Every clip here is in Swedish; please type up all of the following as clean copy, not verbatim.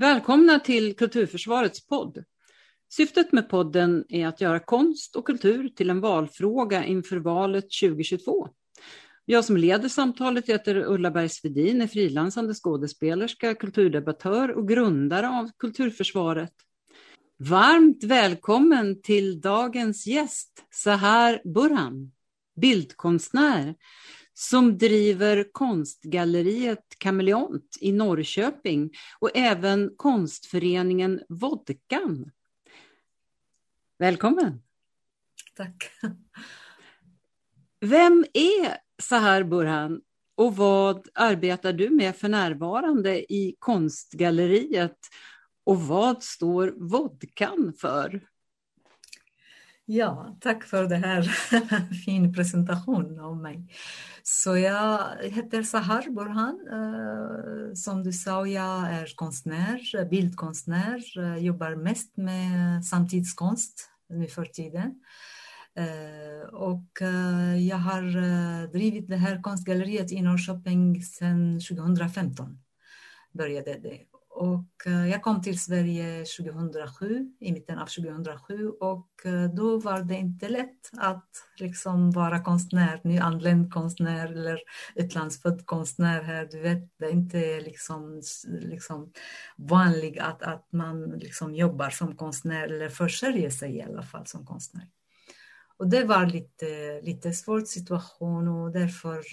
Välkomna till Kulturförsvarets podd. Syftet med podden är att göra konst och kultur till en valfråga inför valet 2022. Jag som leder samtalet heter Ulla Bergsvedin, är frilansande skådespelerska, kulturdebattör och grundare av Kulturförsvaret. Varmt välkommen till dagens gäst, Sahar Burhan, bildkonstnär som driver konstgalleriet Kameleont i Norrköping och även konstföreningen Vodkan. Välkommen! Tack! Vem är Sahar Burhan och vad arbetar du med för närvarande i konstgalleriet och vad står Vodkan för? Ja, tack för det här fin presentation om mig. Så jag heter Sahar Burhan. Som du sa, jag är konstnär, bildkonstnär. Jobbar mest med samtidskonst nu för tiden. Och jag har drivit det här konstgalleriet i Norrköping sedan 2015. Började det. Och jag kom till Sverige 2007, i mitten av 2007, och då var det inte lätt att liksom vara konstnär, nyanländ konstnär eller utlandsfödd konstnär här. Du vet, det är inte liksom vanligt att man liksom jobbar som konstnär eller försörjer sig i alla fall som konstnär. Och det var lite svår situation och därför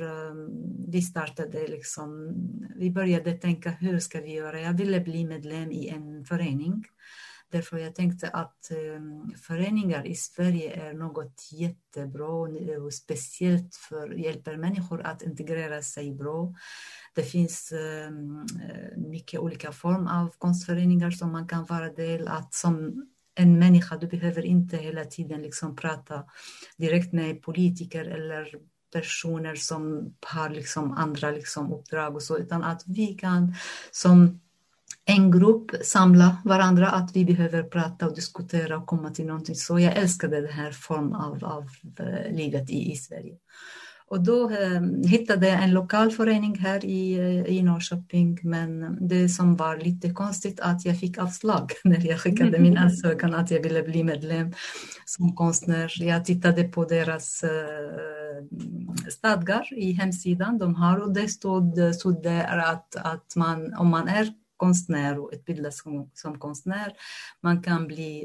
vi började tänka hur ska vi göra. Jag ville bli medlem i en förening. Därför jag tänkte att föreningar i Sverige är något jättebra och speciellt för hjälper människor att integrera sig bra. Det finns mycket olika former av konstföreningar som man kan vara del av. Som en människa, du behöver inte hela tiden liksom prata direkt med politiker eller personer som har liksom andra liksom uppdrag och så, utan att vi kan som en grupp samla varandra, att vi behöver prata och diskutera och komma till någonting. Så jag älskade den här formen av livet i Sverige. Och då hittade jag en lokal förening här i Norrköping, men det som var lite konstigt att jag fick avslag när jag skickade min ansökan att jag ville bli medlem som konstnär. Jag tittade på deras stadgar i hemsidan de har och det stod där att om man är konstnär och utbildad som konstnär, man kan bli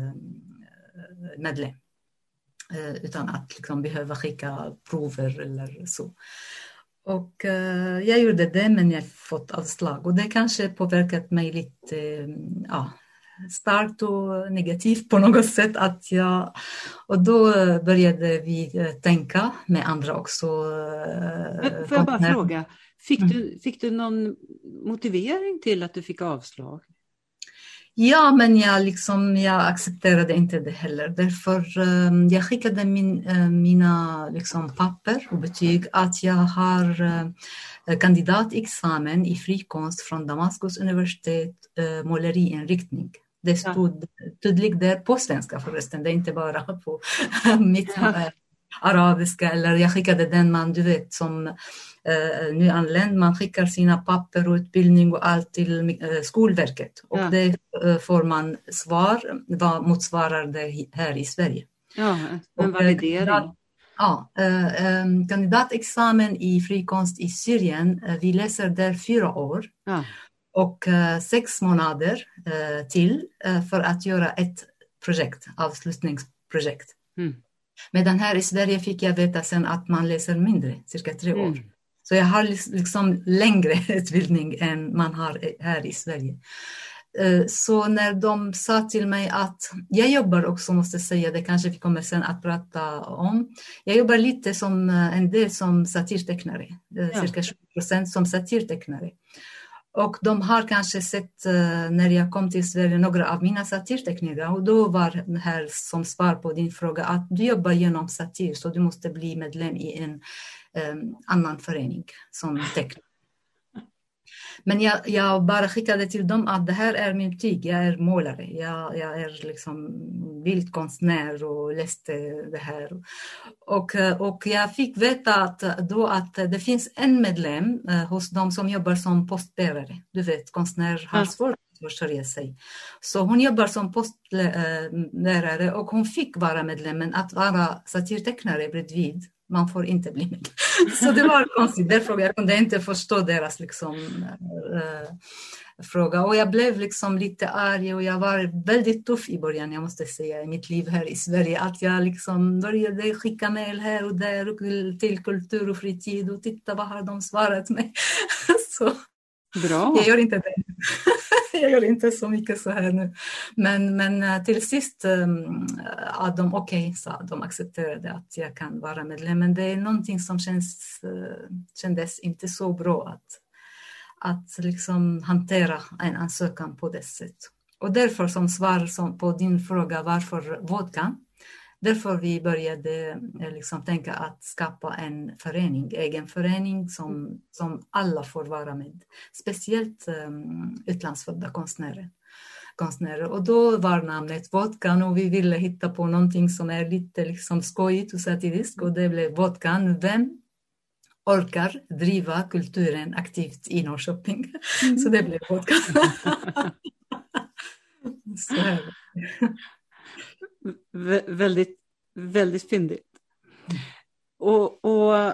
medlem. Utan att liksom behöva skicka prover eller så. Och jag gjorde det, men jag fått avslag. Och det kanske påverkat mig lite starkt och negativt på något sätt. Och då började vi tänka med andra också. Får jag bara fråga, fick du någon motivering till att du fick avslag? Ja, men jag accepterade inte det heller. Därför jag skickade mina liksom papper och betyg att jag har kandidatexamen i frikonst från Damaskus universitet, måleriinriktning. Det stod tydligt där på svenska förresten, det är inte bara på mitt arabiska. Eller jag skickade den du vet som nyanländ, man skickar sina papper och utbildning och allt till Skolverket. Och det får man svar, vad motsvarar det här i Sverige. Ja, en validering. Kandidatexamen i frikonst i Syrien, vi läser där 4 år. Ja. Och 6 månader till för att göra ett projekt, avslutningsprojekt. Medan här i Sverige fick jag veta sen att man läser mindre, cirka 3 år. Så jag har liksom längre utbildning än man har här i Sverige. Så när de sa till mig att jag jobbar också, måste säga, det kanske vi kommer sen att prata om. Jag jobbar lite som en del som satirtecknare, cirka 20% som satirtecknare. Och de har kanske sett när jag kom till Sverige några av mina satirteckningar. Och då var det här som svar på din fråga att du jobbar genom satir så du måste bli medlem i en annan förening som tecknare. Men jag bara skickade till dem att det här är min betyg. Jag är målare. Jag är liksom bildkonstnär och läste det här. Och jag fick veta att det finns en medlem hos dem som jobbar som postbärare. Du vet, konstnär har svårt försörja sig. Så hon jobbar som postlärare och hon fick vara medlem, men att vara satirtecknare bredvid, man får inte bli med. Så det var konstigt, därför jag kunde inte förstå deras fråga. Och jag blev lite arg och jag var väldigt tuff i början, jag måste säga, i mitt liv här i Sverige. Att jag började skicka mejl här och där och till Kultur och fritid och titta vad har de svarat mig. Så bra. Jag gör inte det. Jag gör inte så mycket så här nu. Men till sist att de sa, de accepterade att jag kan vara medlem. Men det är någonting som kändes inte så bra att hantera en ansökan på det sätt. Och därför som svar på din fråga varför vodka, därför vi började tänka att skapa en egen förening som alla får vara med. Speciellt utlandsfödda konstnärer. Och då var namnet Vodkan och vi ville hitta på någonting som är lite skojigt och satiriskt. Och det blev Vodkan. Vem orkar driva kulturen aktivt i Norrköping? Så det blev Vodkan. Så här. Väldigt, väldigt fyndigt. Och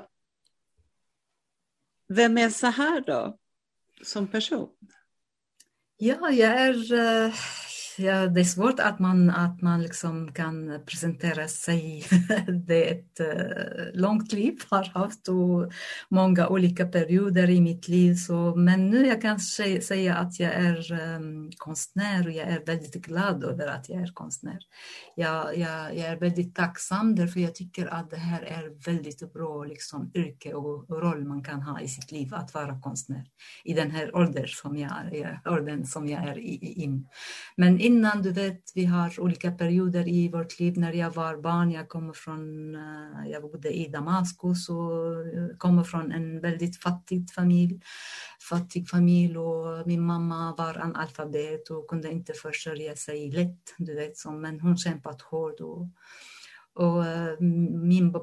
vem är så här då som person? Ja, det är svårt att man kan presentera sig. Det är ett långt liv jag har haft och många olika perioder i mitt liv. Men nu jag kan säga att jag är konstnär och jag är väldigt glad över att jag är konstnär. Jag är väldigt tacksam därför jag tycker att det här är väldigt bra yrke och roll man kan ha i sitt liv att vara konstnär i den här åldern som jag är i. Men innan, du vet, vi har olika perioder i vårt liv. När jag var barn, jag bodde i Damaskus och kommer från en väldigt fattig familj och min mamma var analfabet och kunde inte försörja sig lätt, du vet, men hon kämpat hårt och min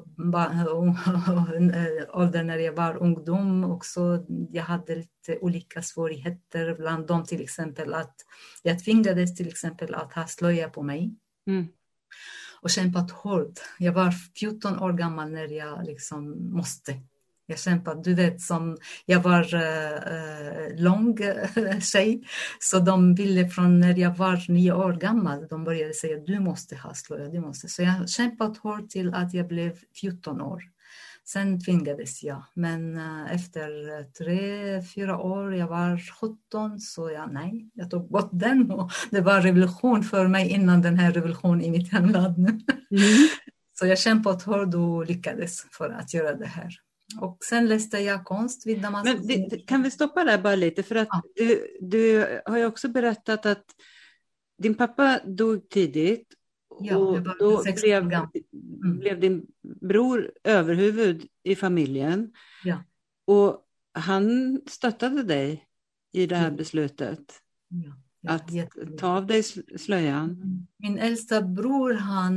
ålder när jag var ungdom också, jag hade lite olika svårigheter, bland dem till exempel att jag tvingades till exempel att ha slöja på mig och kämpat hårt. Jag var 14 år gammal när jag måste. Jag kämpade, du vet, jag var lång tjej, så de ville från när jag var 9 år gammal, de började säga du måste ha slöja, du måste. Så jag kämpade hårt till att jag blev 14 år. Sen tvingades jag, men efter 3-4 år, jag var 17, så jag tog bort den och det var revolution för mig innan den här revolutionen i mitt hemland nu. Så jag kämpade hårt och lyckades för att göra det här. Och sen läste jag konst vid Damaskus. Men kan vi stoppa där bara lite? För att du har ju också berättat att din pappa dog tidigt. Ja, och då blev din bror överhuvud i familjen. Ja. Och han stöttade dig i det här beslutet. Ja. Att ta av dig slöjan. Min äldsta bror,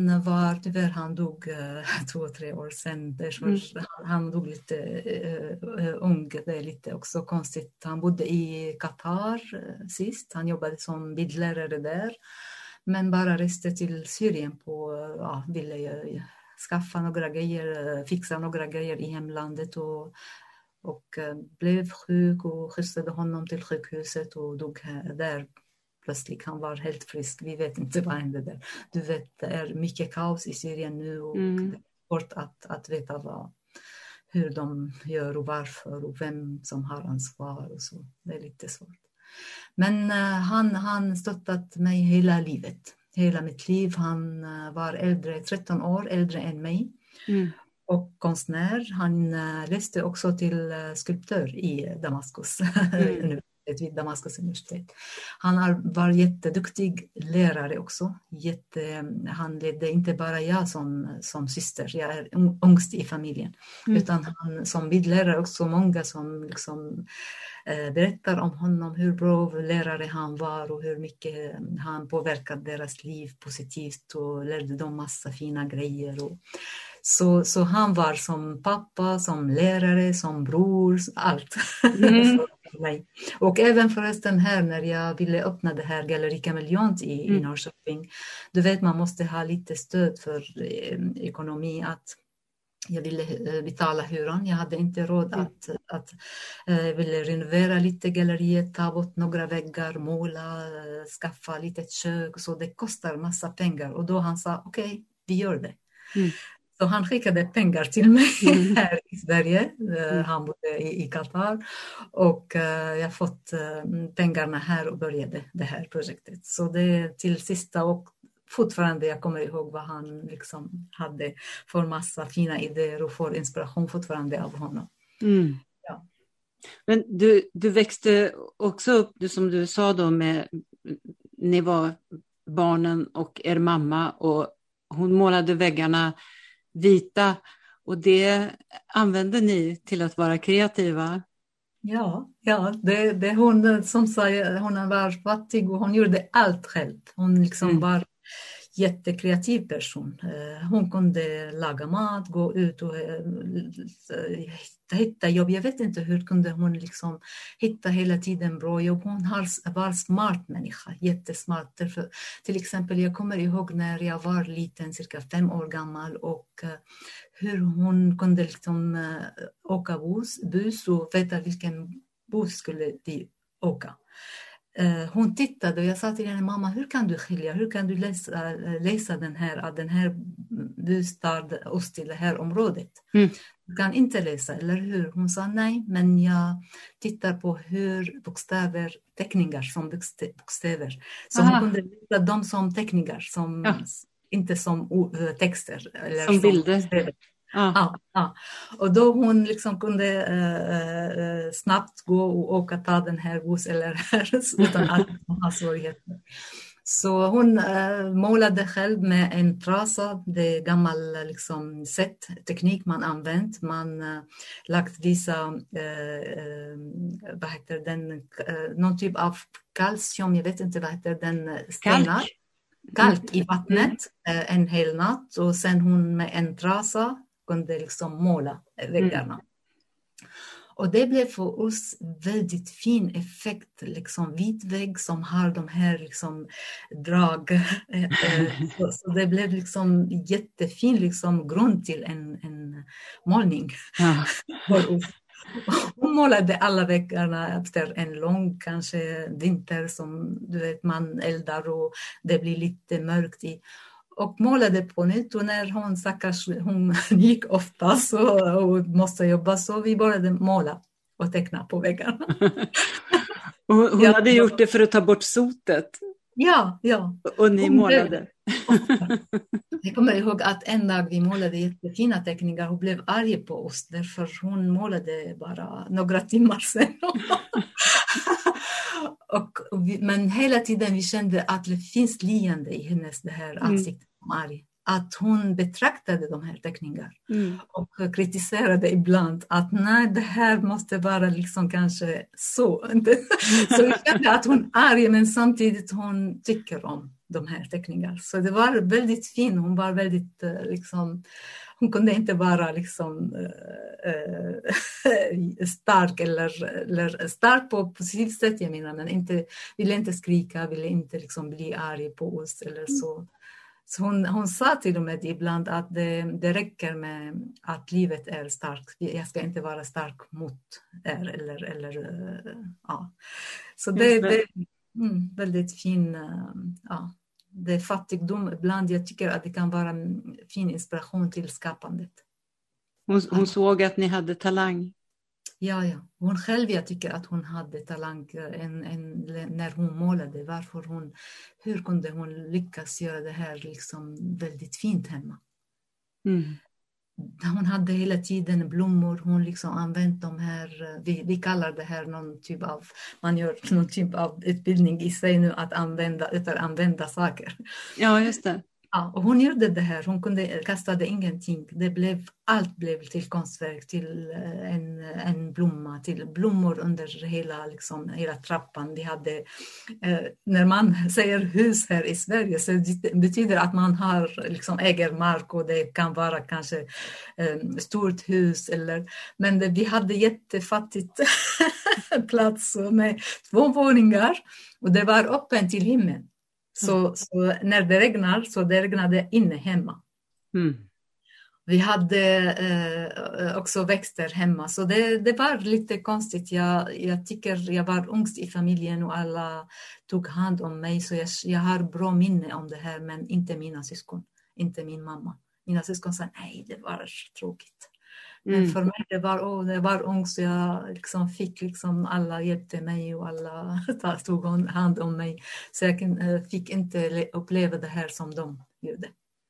han dog 2-3 år sedan. Han dog lite ung, det är lite också konstigt. Han bodde i Qatar sist, han jobbade som bildlärare där. Men bara reste till Syrien ville skaffa några grejer, fixa några grejer i hemlandet och blev sjuk och skjutsade honom till sjukhuset och dog där. Plötsligt, han var helt frisk. Vi vet inte vad hände där. Du vet, det är mycket kaos i Syrien nu och det är svårt att veta hur de gör och varför och vem som har ansvar och så. Det är lite svårt. Men han stöttat mig hela livet. Hela mitt liv. Han var 13 år äldre än mig. Och konstnär. Han läste också till skulptör i Damaskus. Vid Damaskus universitet. Han var jätteduktig lärare också. Han ledde inte bara jag som syster, jag är yngst i familjen, utan han som bildlärare också, många som berättar om honom, hur bra lärare han var och hur mycket han påverkade deras liv positivt och lärde dem massa fina grejer. Så han var som pappa, som lärare, som bror, allt. För mig. Och även förresten här när jag ville öppna det här Galleri Kameleont i Norrköping. Du vet, man måste ha lite stöd för ekonomi, att jag ville betala hyran. Jag hade inte råd att ville renovera lite galleriet, ta bort några väggar, måla, skaffa lite kök. Så det kostar massa pengar. Och då han sa, okej, vi gör det. Så han skickade pengar till mig här i Sverige. Han bodde i Qatar. Och jag fått pengarna här och började det här projektet. Så det till sista och fortfarande jag kommer ihåg vad han liksom hade för massa fina idéer och får inspiration fortfarande av honom. Ja. Men du växte också upp, som du sa då, ni var barnen och er mamma och hon målade väggarna vita och det använde ni till att vara kreativa. Ja, det hon som sa, hon var fattig och hon gjorde allt själv. Hon liksom var jättekreativ person. Hon kunde laga mat, gå ut och hitta jobb. Jag vet inte hur kunde hon liksom hitta hela tiden bra jobb. Hon var smart människa, jättesmart. Därför, till exempel, jag kommer ihåg när jag var liten, cirka 5 år gammal, och hur hon kunde liksom åka buss och veta vilken buss skulle de åka. Hon tittade och jag sa till henne, mamma, hur kan du skilja? Hur kan du läsa den här buss tar oss till det här området? Du kan inte läsa, eller hur? Hon sa nej, men jag tittar på hur bokstäver, teckningar som bokstäver. Så hon kunde läsa dem som teckningar, som, inte som texter. Eller som bilder. Ja. Och då hon liksom kunde snabbt gå och åka ta den här buss eller här utan att ha svårigheter. Så hon målade själv med en trasa, det är gammal liksom teknik man använt. Man lagt vissa, vad heter den, någon typ av kalcium, jag vet inte vad heter den, stenar. Kalk i vattnet en hel natt och sen hon med en trasa kunde liksom måla väggarna. Och det blev för oss väldigt fin effekt, liksom vit vägg som har de här liksom drag. Så det blev liksom jättefin liksom grund till en målning för oss. Hon målade alla väggarna efter en lång kanske vinter som du vet man eldar och det blir lite mörkt i. Och målade på nytt och när hon gick ofta och måste jobba så vi började måla och teckna på väggarna. Hon hade gjort det för att ta bort sotet. Ja. Och ni målade. Jag kommer ihåg att en dag vi målade jättefina teckningar och blev arg på oss därför hon målade bara några timmar sen. Men hela tiden vi kände att det finns leende i hennes det här ansiktet som arg. Att hon betraktade de här teckningarna och kritiserade ibland att nej, det här måste vara liksom kanske så. Så vi kände att hon är arg men samtidigt hon tycker om de här teckningarna. Så det var väldigt fint. Hon var väldigt liksom, hon kunde inte vara liksom stark eller stark på positivt sätt jag menar, men ville inte skrika, ville inte liksom bli arg på oss eller så. Så hon sa till och med ibland att det räcker med att livet är starkt. Jag ska inte vara stark mot er eller ja. Så det är väldigt fin, ja. Det är fattigdom ibland. Jag tycker att det kan vara en fin inspiration till skapandet. Hon såg att ni hade talang. Ja. Hon själv, jag tycker att hon hade talang när hon målade. Hur kunde hon lyckas göra det här liksom väldigt fint hemma? Hon hade hela tiden blommor. Hon liksom använt de här, vi kallar det här man gör någon typ av utbildning i sig nu att använda saker. Ja, just det. Ja, och hon gjorde det här. Hon kastade ingenting. Allt blev till konstverk, till en blomma, till blommor under hela trappan. Vi hade, när man säger hus här i Sverige så det betyder att man har äger mark och det kan vara kanske stort hus. Men vi hade jättefattigt plats med 2 våningar och det var öppen till himlen. Så när det regnar så det regnade inne hemma. Vi hade också växter hemma så det var lite konstigt. Jag tycker jag var ungst i familjen och alla tog hand om mig så jag har bra minne om det här men inte mina syskon, inte min mamma. Mina syskon sa nej det var tråkigt. Men för mig det var ung så jag fick alla hjälpte mig och alla tog hand om mig. Så jag fick inte uppleva det här som de gjorde.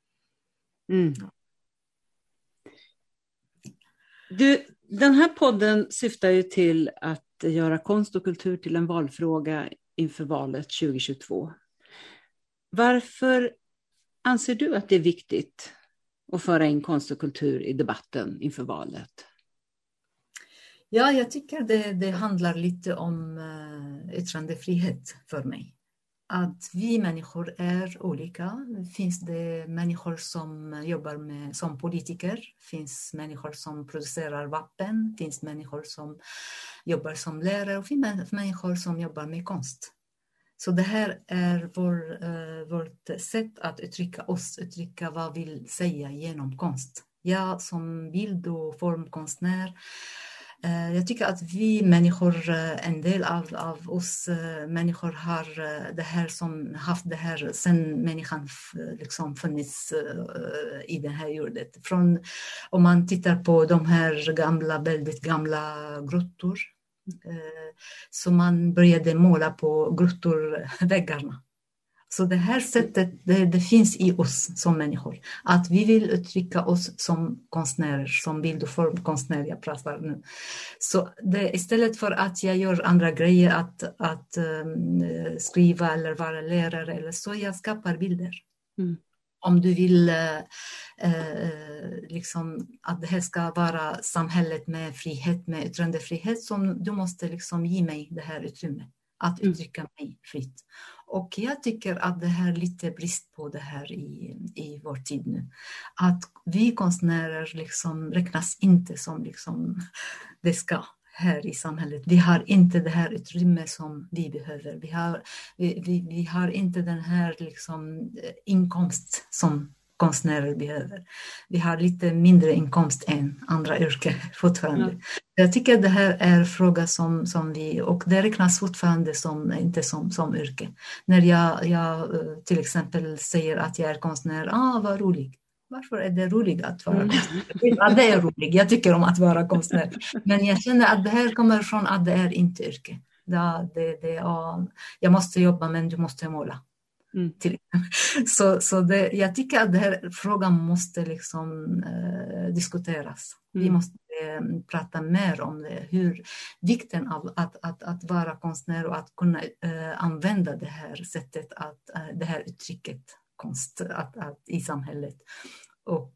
Den här podden syftar ju till att göra konst och kultur till en valfråga inför valet 2022. Varför anser du att det är viktigt att föra in konst och kultur i debatten inför valet? Ja, jag tycker det handlar lite om yttrandefrihet för mig. Att vi människor är olika. Finns det människor som jobbar som politiker, finns människor som producerar vapen, finns människor som jobbar som lärare och finns människor som jobbar med konst. Så det här är vårt sätt att uttrycka vad vi vill säga genom konst. Jag som bild- och formkonstnär, jag tycker att vi människor, en del av oss människor har det här som haft det här sen människan funnits i det här jordet. Om man tittar på de här väldigt gamla grottor. Så man började måla på grottorväggarna. Så det här sättet, det finns i oss som människor. Att vi vill uttrycka oss som konstnärer, som bild- och formkonstnärer jag pratar nu. Så istället för att jag gör andra grejer, att skriva eller vara lärare eller så, jag skapar bilder. Om du vill att det här ska vara samhället med frihet, med yttrandefrihet, som du måste ge mig det här utrymme att uttrycka mig fritt. Och jag tycker att det här är lite brist på det här i vår tid nu. Att vi konstnärer räknas inte som det ska här i samhället. Vi har inte det här utrymme som vi behöver. Vi har inte den här inkomst som konstnärer behöver. Vi har lite mindre inkomst än andra yrken fortfarande. Jag tycker det här är en fråga som vi, och det räknas fortfarande inte som yrke. När jag till exempel säger att jag är konstnär, vad roligt. Varför är det roligt att vara konstnär? Ja, det är roligt. Jag tycker om att vara konstnär. Men jag känner att det här kommer från att det är inte yrke. Jag måste jobba men du måste måla. Jag tycker att den här frågan måste diskuteras. Vi måste prata mer om det. Vikten av att vara konstnär och att kunna använda det här sättet, det här uttrycket konst i samhället. Och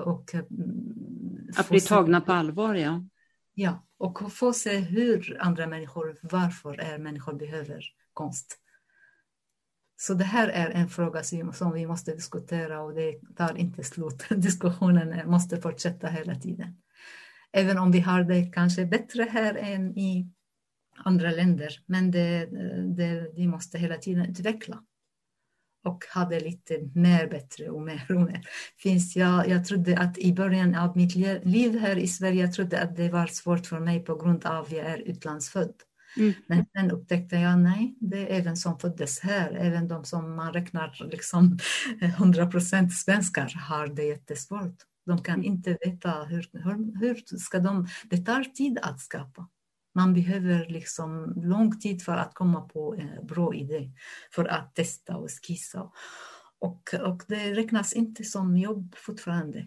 att bli tagna på allvar, ja. Ja, och få se hur andra människor, varför människor behöver konst. Så det här är en fråga som vi måste diskutera och det tar inte slut. Diskussionen måste fortsätta hela tiden. Även om vi har det kanske bättre här än i andra länder. Men vi måste hela tiden utveckla. Och ha det lite mer bättre och mer och mer. Jag trodde att i början av mitt liv här i Sverige, jag trodde att det var svårt för mig på grund av att jag är utlandsfödd. Men sen upptäckte jag, nej, det är även som föddes här, även de som man räknar 100% svenskar har det jättesvårt. De kan inte veta hur ska det tar tid att skapa. Man behöver lång tid för att komma på en bra idé, för att testa och skissa. Och det räknas inte som jobb fortfarande.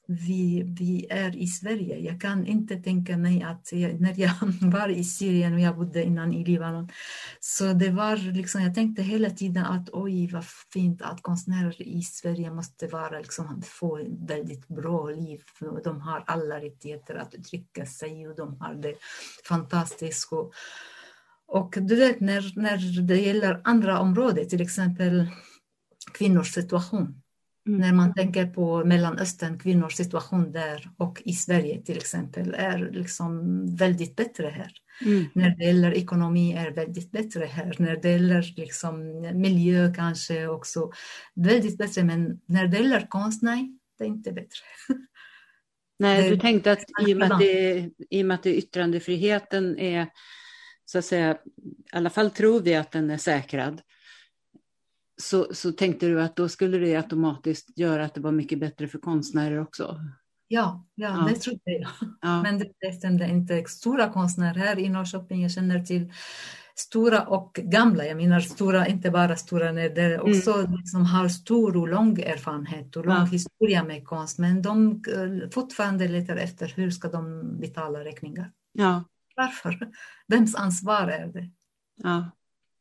vi är i Sverige. Jag kan inte tänka mig att när jag var i Syrien och jag bodde innan i Libanon, så det var liksom, jag tänkte hela tiden att oj vad fint att konstnärer i Sverige måste vara liksom, få väldigt bra liv. De har alla rättigheter att uttrycka sig och de har det fantastiskt. Och du vet när det gäller andra områden, till exempel kvinnors situation. När man tänker på Mellanöstern, kvinnors situation där och i Sverige till exempel är liksom väldigt bättre här. När det gäller ekonomi är väldigt bättre här. När det gäller liksom miljö kanske också väldigt bättre. Men när det gäller konst, nej, det är inte bättre. Nej, du tänkte att i och med att yttrandefriheten är, så att säga, i alla fall tror vi att den är säkrad. Så tänkte du att då skulle det automatiskt göra att det var mycket bättre för konstnärer också? Ja. Det trodde jag. Ja. Men det stämde inte. Stora konstnärer här i Norrköping, jag känner till stora och gamla. Jag menar stora, inte bara stora, när det också liksom har stor och lång erfarenhet och lång historia med konst. Men de fortfarande letar efter hur ska de betala räkningar. Ja. Varför? Vems ansvar är det? Ja.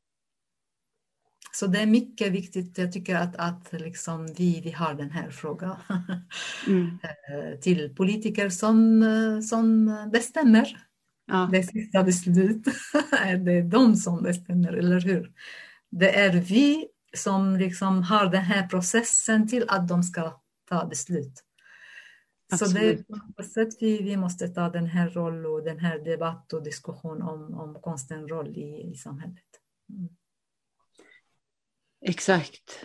Så det är mycket viktigt, jag tycker att liksom vi har den här frågan till politiker som bestämmer. Ja. Det sista beslut är det de som bestämmer, eller hur? Det är vi som liksom har den här processen till att de ska ta beslut. Absolut. Så det är på något sätt vi måste ta den här roll och den här debatt och diskussion om konstens roll i samhället. Exakt.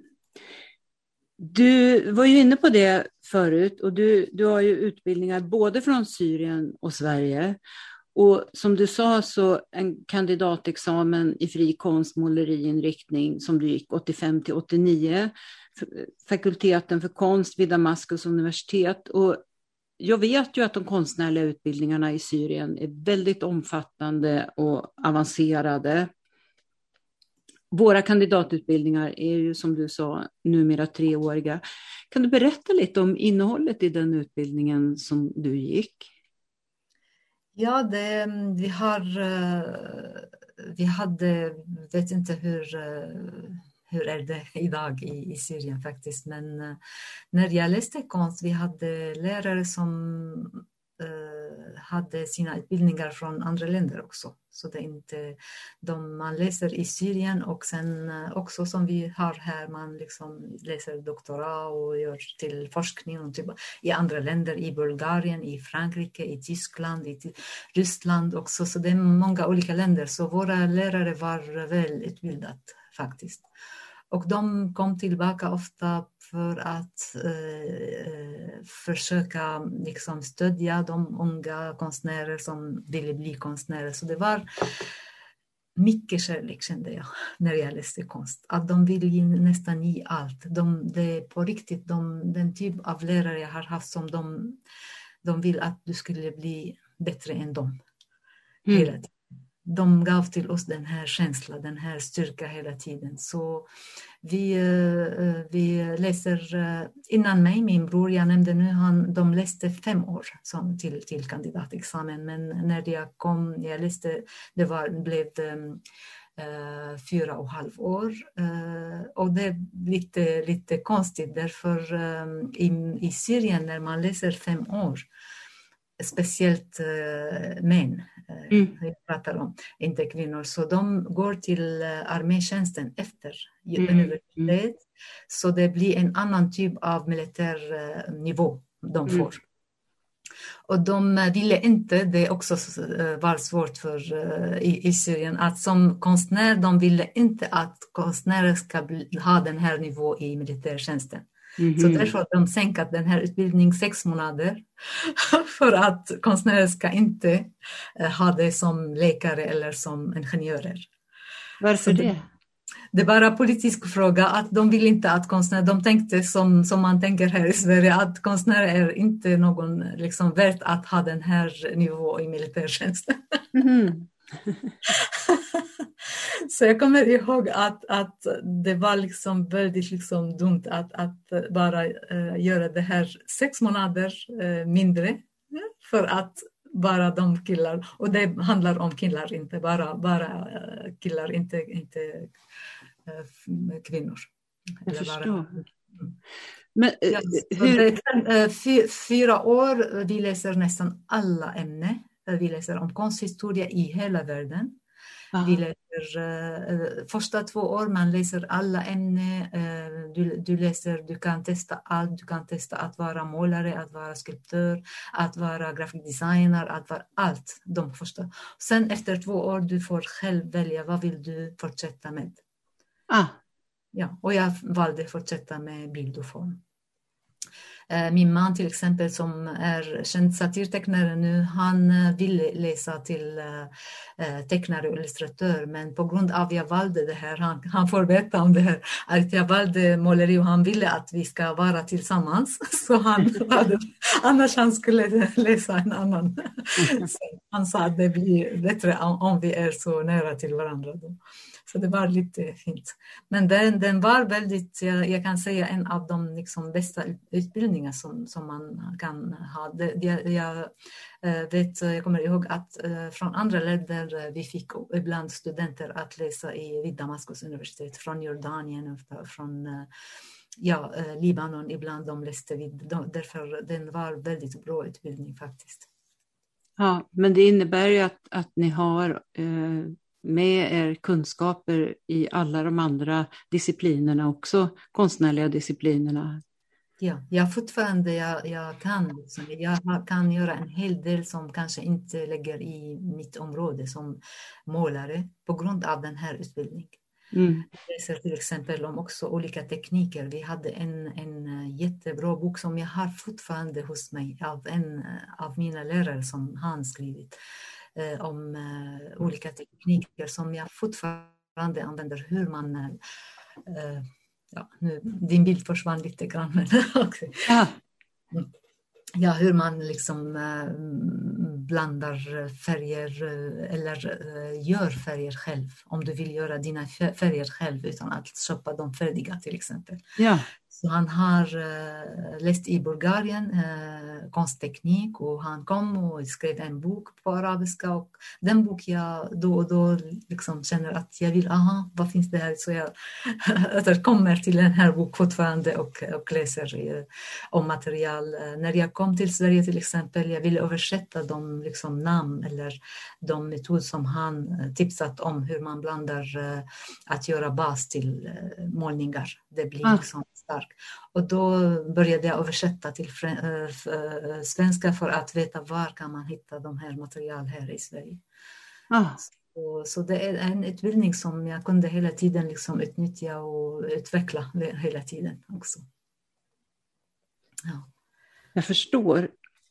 Du var ju inne på det förut och du har ju utbildningar både från Syrien och Sverige. Och som du sa så en kandidatexamen i fri konstmåleriinriktning som du gick 85 till 89. Fakulteten för konst vid Damaskus universitet. Och jag vet ju att de konstnärliga utbildningarna i Syrien är väldigt omfattande och avancerade. Våra kandidatutbildningar är ju som du sa numera 3-åriga. Kan du berätta lite om innehållet i den utbildningen som du gick? Ja, vi hade, vet inte hur är det idag i Syrien faktiskt, men när jag läste konst, vi hade lärare som hade sina utbildningar från andra länder också. Så det är inte man läser i Syrien och sen också som vi har här, man liksom läser doktorat och gör till forskning och typ i andra länder, i Bulgarien, i Frankrike, i Tyskland, i Ryssland också. Så det är många olika länder. Så våra lärare var väl utbildade faktiskt. Och de kom tillbaka ofta för att försöka liksom stödja de unga konstnärer som ville bli konstnärer. Så det var mycket kärlek, kände jag, när jag läste konst. Att de vill nästan ge allt. Det är på riktigt den typ av lärare jag har haft som de vill att du skulle bli bättre än dem. Hela tiden. De gav till oss den här känslan, den här styrka hela tiden. Så vi läser, innan mig, min bror, jag nämnde nu, de läste 5 år till kandidatexamen. Men när jag läste, blev 4,5 år. Och det är lite konstigt, därför i Syrien när man läser 5 år, speciellt män, jag pratar om, inte kvinnor, så de går till armétjänsten efter universitet, så det blir en annan typ av militär nivå de får. Och de ville inte, det också var svårt för i Syrien, att som konstnär, de ville inte att konstnärer ska ha den här nivån i militärtjänsten. Så därför de sänkat den här utbildningen 6 månader för att konstnärer ska inte ha det som läkare eller som ingenjörer. Varför det? Det är bara politisk fråga, att de vill inte att konstnärer, de tänkte som man tänker här i Sverige, att konstnärer är inte någon liksom värt att ha den här nivån i militärtjänsten. Så jag kommer ihåg att det var liksom väldigt liksom dumt att bara göra det här 6 månader mindre för att bara de killar, och det handlar om killar, inte bara killar, inte kvinnor. Jag förstår. Men, hur... 4 år, vi läser nästan alla ämnen. Vi läser om konsthistoria i hela världen. Aha. Vi läser första 2 år, man läser alla ämnen. Du kan testa allt. Du kan testa att vara målare, att vara skulptör, att vara grafikdesigner, att vara allt. De första. Sen efter 2 år, du får själv välja vad vill du fortsätta med. Ja, och jag valde att fortsätta med bild och form. Min man till exempel som är känd satirtecknare nu, han ville läsa till tecknare och illustratör, men på grund av att jag valde det här, han får veta om det här, att jag valde måleri och han ville att vi ska vara tillsammans, så annars han skulle läsa en annan. Så han sa att det blir bättre om vi är så nära till varandra då. Så det var lite fint. Men den var väldigt, jag kan säga, en av de liksom bästa utbildningar som man kan ha. Jag kommer ihåg att från andra länder vi fick ibland studenter att läsa vid Damaskus universitet, från Jordanien, från Libanon ibland de läste därför den var väldigt bra utbildning faktiskt. Ja, men det innebär ju att ni har med er kunskaper i alla de andra disciplinerna också, konstnärliga disciplinerna. Ja, jag fortfarande jag kan göra en hel del som kanske inte ligger i mitt område som målare på grund av den här utbildningen. Jag läser till exempel om också olika tekniker. Vi hade en jättebra bok som jag har fortfarande hos mig av mina lärare som han skrivit om olika tekniker som jag fortfarande använder, hur man nu, din bild försvann lite grann, men okay. Ja, hur man liksom blandar färger eller gör färger själv, om du vill göra dina färger själv utan att köpa dem färdiga till exempel. Ja. Så han har läst i Bulgarien konstteknik och han kom och skrev en bok på arabiska, och den bok jag då och då liksom känner att jag vill, vad finns det här? Så jag återkommer till den här boken fortfarande och läser om material. När jag kom till Sverige till exempel, jag ville översätta de liksom namn eller de metoder som han tipsat om, hur man blandar att göra bas till målningar. Det blir liksom starkt. Och då började jag översätta till svenska för att veta var kan man hitta de här material här i Sverige. Så det är en utbildning som jag kunde hela tiden liksom utnyttja och utveckla hela tiden också. Ja. Jag förstår.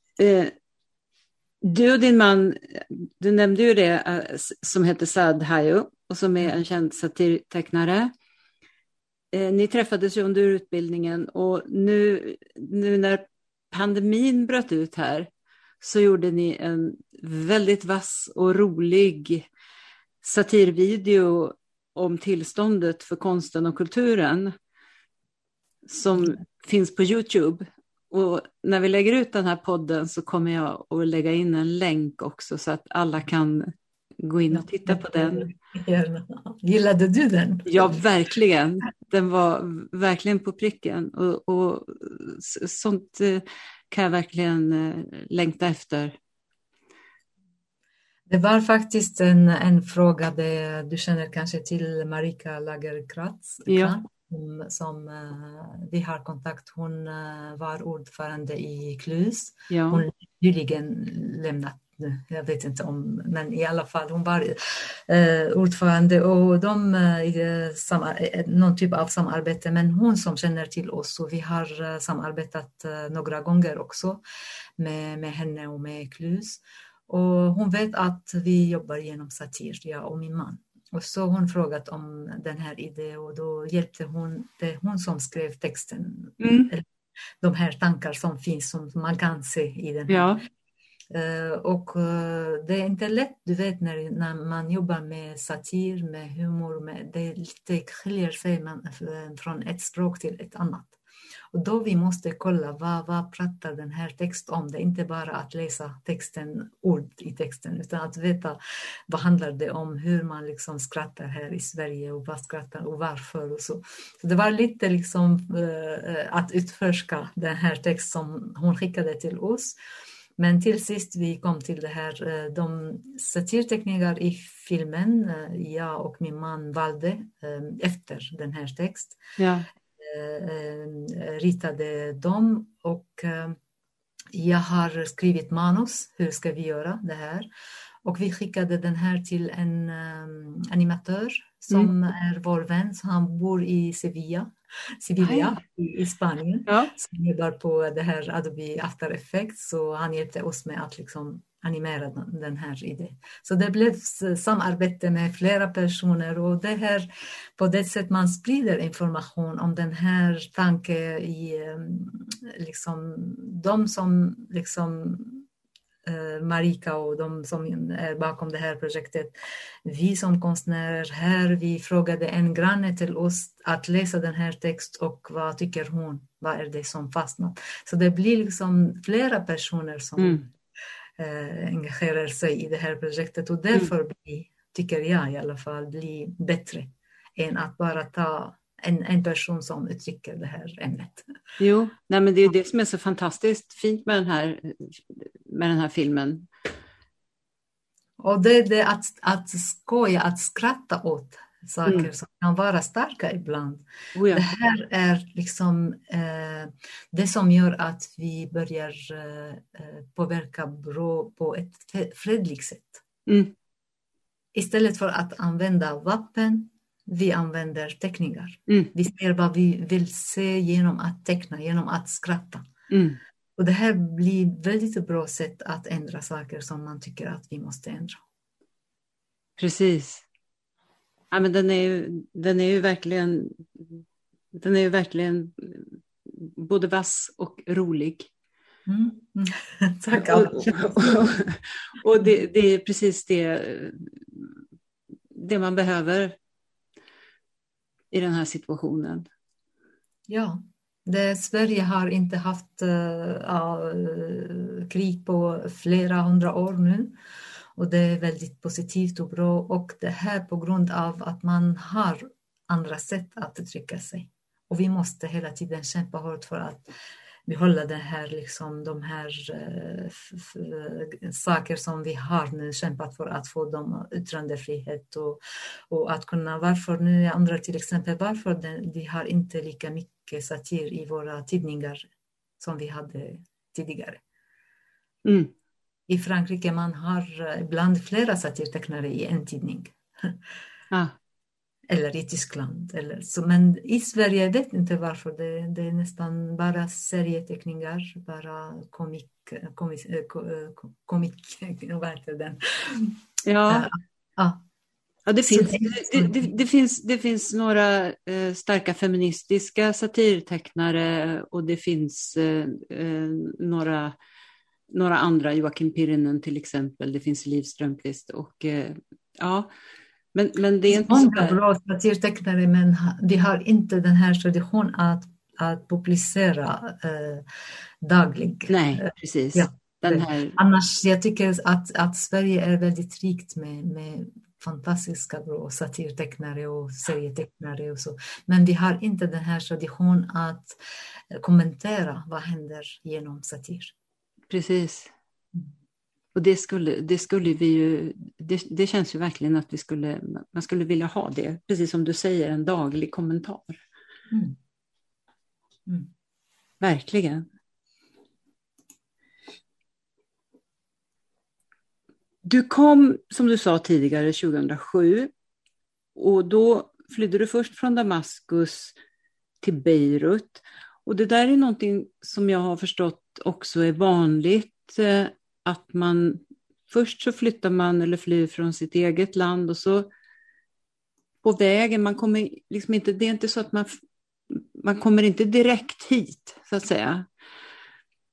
Du och din man, du nämnde ju det, som heter Saad Hayo och som är en känd satirtecknare. Ni träffades ju under utbildningen, och nu när pandemin bröt ut här så gjorde ni en väldigt vass och rolig satirvideo om tillståndet för konsten och kulturen som finns på YouTube. Och när vi lägger ut den här podden så kommer jag att lägga in en länk också så att alla kan gå in och titta på den. Gillade du den? Ja, verkligen. Den var verkligen på pricken. Och sånt kan jag verkligen längta efter. Det var faktiskt en fråga, du känner kanske till Marika Lagercrantz. Ja. Som vi har kontakt. Hon var ordförande i KLUS. Ja. Hon nyligen lämnat. Jag vet inte men i alla fall hon var ordförande, och de någon typ av samarbete, men hon som känner till oss, och vi har samarbetat några gånger också med henne och med KLUS, och hon vet att vi jobbar genom satir, jag och min man. Och så hon frågat om den här idén, och då hjälpte hon, det är hon som skrev texten, de här tankar som finns som man kan se i den här. Ja. Och det är inte lätt, du vet, när man jobbar med satir, med humor, det skiljer sig från ett språk till ett annat. Och då vi måste kolla vad pratar den här texten om. Det är inte bara att läsa ord i texten, utan att veta vad handlar det om, hur man liksom skrattar här i Sverige och vad skrattar och varför och så. Så det var lite liksom att utforska den här texten som hon skickade till oss. Men till sist vi kom till det här, de satirtekniker i filmen, jag och min man valde efter den här text. Ja. Ritade dem och jag har skrivit manus, hur ska vi göra det här? Och vi skickade den här till en animatör som är vår vän, så han bor i Sevilla i Spanien. Ja. Som jobbar på det här Adobe After Effects, så han hjälpte oss med att liksom animera den här idén. Så det blev samarbete med flera personer, och det här på det sätt man sprider information om den här tanken i liksom de som liksom Marika och de som är bakom det här projektet. Vi som konstnärer här, vi frågade en granne till oss att läsa den här texten, och vad tycker hon? Vad är det som fastnat? Så det blir liksom flera personer som engagerar sig i det här projektet, och därför tycker jag i alla fall blir bättre än att bara ta en person som uttrycker det här ämnet. Jo, nej, men det är ju det som är så fantastiskt fint med den här filmen. Och det är det att skoja, att skratta åt saker som kan vara starka ibland. Oh ja. Det här är liksom det som gör att vi börjar påverka bra på ett fredligt sätt. Istället för att använda vapen, vi använder teckningar. Vi ser vad vi vill se genom att teckna, genom att skratta. Och det här blir väldigt bra sätt att ändra saker som man tycker att vi måste ändra. Precis. Ja, men den är ju verkligen både vass och rolig. Tack. Och det är precis det man behöver i den här situationen. Ja, Sverige har inte haft krig på flera 100 år nu. Och det är väldigt positivt och bra. Och det här på grund av att man har andra sätt att uttrycka sig. Och vi måste hela tiden kämpa hårt för att behålla det här, liksom, de här saker som vi har nu kämpat för att få dem, yttrandefrihet och att kunna, varför nu jag undrar till exempel varför vi har inte lika mycket satir i våra tidningar som vi hade tidigare. I Frankrike man har ibland flera satirtecknare i en tidning. Eller i Tyskland. Men i Sverige jag vet inte varför. Det är nästan bara serieteckningar, bara komik, vad heter den? Ja, det finns några starka feministiska satirtecknare, och det finns några andra, Joakim Pirinen till exempel, det finns Liv Strömquist och men det är inte många bra satirtecknare, men vi har inte den här traditionen att publicera dagligen. Nej, precis. Ja, den här... Annars jag tycker att Sverige är väldigt rikt med fantastiska bra satirtecknare och serietecknare och så. Men vi har inte den här traditionen att kommentera vad händer genom satir. Precis. Och det skulle vi ju, det känns ju verkligen att man skulle vilja ha det, precis som du säger, en daglig kommentar. Verkligen. Du kom, som du sa tidigare, 2007, och då flydde du först från Damaskus till Beirut, och det där är någonting som jag har förstått också är vanligt, att man först så flyttar man eller flyr från sitt eget land, och så på vägen, man kommer liksom inte, det är inte så att man kommer inte direkt hit så att säga.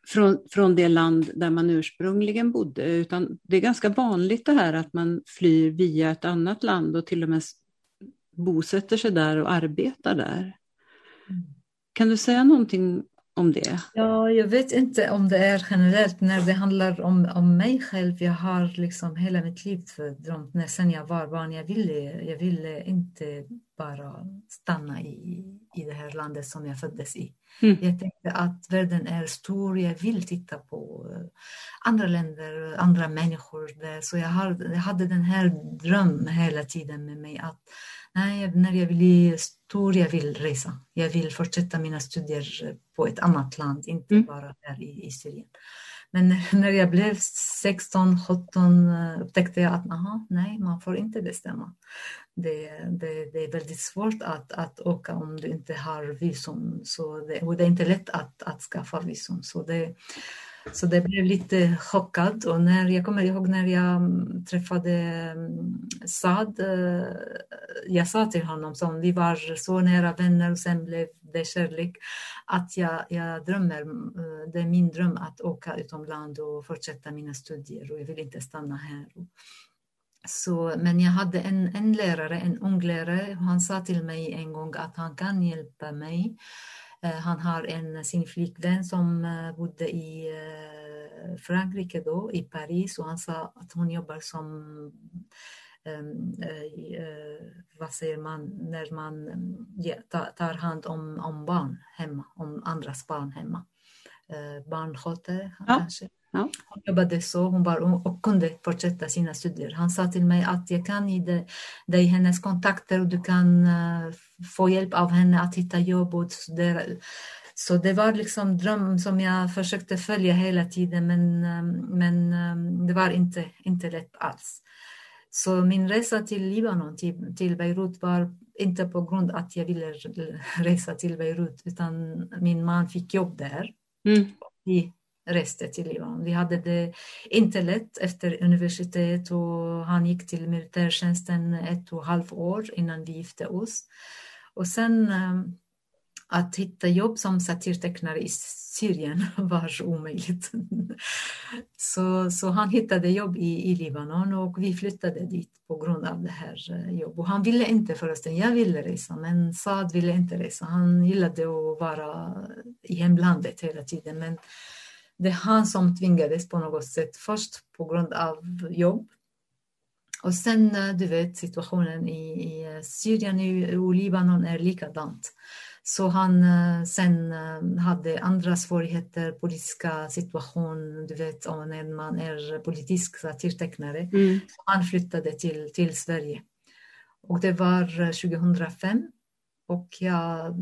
från det land där man ursprungligen bodde, utan det är ganska vanligt det här att man flyr via ett annat land och till och med bosätter sig där och arbetar där. Kan du säga någonting om det? Ja, jag vet inte om det är generellt när det handlar om mig själv. Jag har liksom hela mitt liv drömt när sen jag var barn. Jag ville inte bara stanna i det här landet som jag föddes i. Jag tänkte att världen är stor. Jag vill titta på andra länder, andra människor där. Så jag hade den här drömmen hela tiden med mig att när jag blir stor, jag vill resa. Jag vill fortsätta mina studier på ett annat land, inte bara här i Syrien. Men när jag blev 16-17 upptäckte jag att nej, man får inte bestämma. Det är väldigt svårt att åka om du inte har visum. Och det är inte lätt att skaffa visum. Så det blev lite chockad. Och jag kommer ihåg när jag träffade Saad, jag sa till honom som vi var så nära vänner och sen blev det kärlek att jag drömmer, det är min dröm att åka utomlands och fortsätta mina studier och jag vill inte stanna här. Men jag hade en ung lärare och han sa till mig en gång att han kan hjälpa mig. Han har sin flickvän som bodde i Frankrike då, i Paris, och han sa att hon jobbar som, vad säger man, när man tar hand om barn hemma, om andras barn hemma. Barnskötare kanske. Ja. Hon jobbade så, och kunde fortsätta sina studier. Han sa till mig att jag kan ge dig hennes kontakter och du kan få hjälp av henne att hitta jobb och studera. Så det var liksom dröm som jag försökte följa hela tiden, men det var inte lätt alls. Så min resa till Libanon, till Beirut, var inte på grund av att jag ville resa till Beirut, utan min man fick jobb där. Vi reste till Libanon. Vi hade det inte lätt efter universitet och han gick till militärtjänsten 1,5 år innan vi gifte oss. Och sen att hitta jobb som satirtecknare i Syrien var omöjligt. Så han hittade jobb i Libanon och vi flyttade dit på grund av det här jobbet. Och han ville inte förresten, jag ville resa, men Saad ville inte resa. Han gillade att vara i hemlandet hela tiden, men det är han som tvingades på något sätt, först på grund av jobb. Och sen, du vet, situationen i Syrien och Libanon är likadant. Så han sen hade andra svårigheter, politiska situation, du vet, när man är politisk satirtecknare. Så han flyttade till Sverige. Och det var 2005 och jag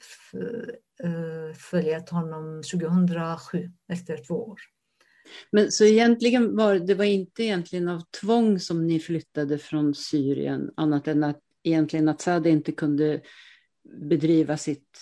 följde honom 2007 efter 2 år. Men så egentligen var inte egentligen av tvång som ni flyttade från Syrien, annat än att egentligen att Saad inte kunde bedriva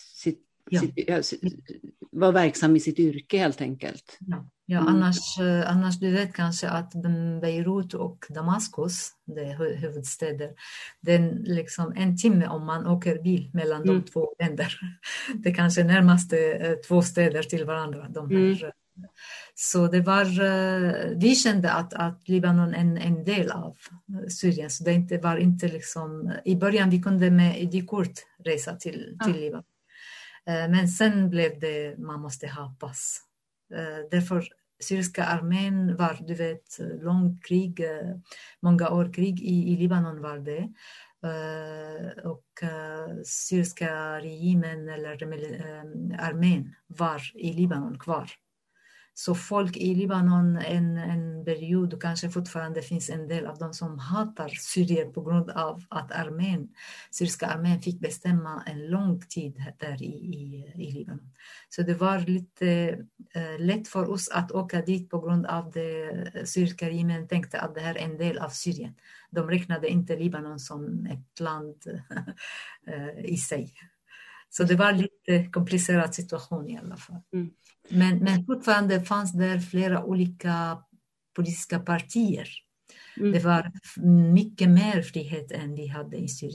var verksam i sitt yrke helt enkelt. Ja, annars du vet kanske att Beirut och Damaskus, det är huvudstäder, det är liksom 1 timme om man åker bil mellan de 2 länder. Det kanske närmaste 2 städer till varandra. Så det var, vi kände att Libanon är en del av Syrien, så det var inte liksom, i början vi kunde med ID-kort resa till Libanon. Men sen blev det, man måste ha pass. Därför syriska armén var, du vet, lång krig, många år krig i Libanon var det. Och syriska regimen eller armén var i Libanon kvar. Så folk i Libanon en period, och kanske fortfarande finns en del av dem som hatar syrier på grund av att syriska armén fick bestämma en lång tid där i Libanon. Så det var lite lätt för oss att åka dit på grund av det syriska regimen tänkte att det här är en del av Syrien. De räknade inte Libanon som ett land i sig. Så det var lite komplicerad situation i alla fall. Men fortfarande fanns där flera olika politiska partier. Det var mycket mer frihet än vi hade i Syrien.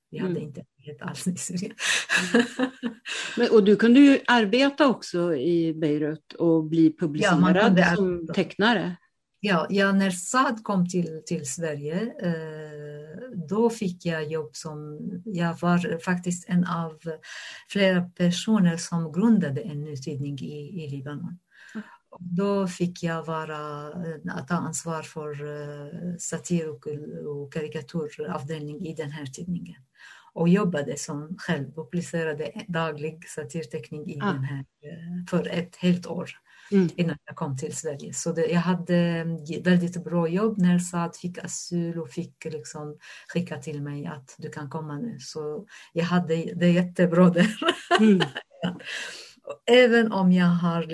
Vi hade inte frihet alls i Syrien. Och du kunde ju arbeta också i Beirut och bli publicerad som tecknare. Ja, när Saad kom till Sverige, då fick jag jobb jag var faktiskt en av flera personer som grundade en ny tidning i Libanon. Då fick jag ta ansvar för satir och karikatyravdelning i den här tidningen. Och jobbade som själv, publicerade daglig satirteckning i den här för ett helt år innan jag kom till Sverige. Så jag hade väldigt bra jobb när Saad fick asyl och fick liksom skicka till mig att du kan komma nu. Så jag hade det jättebra där. Även om jag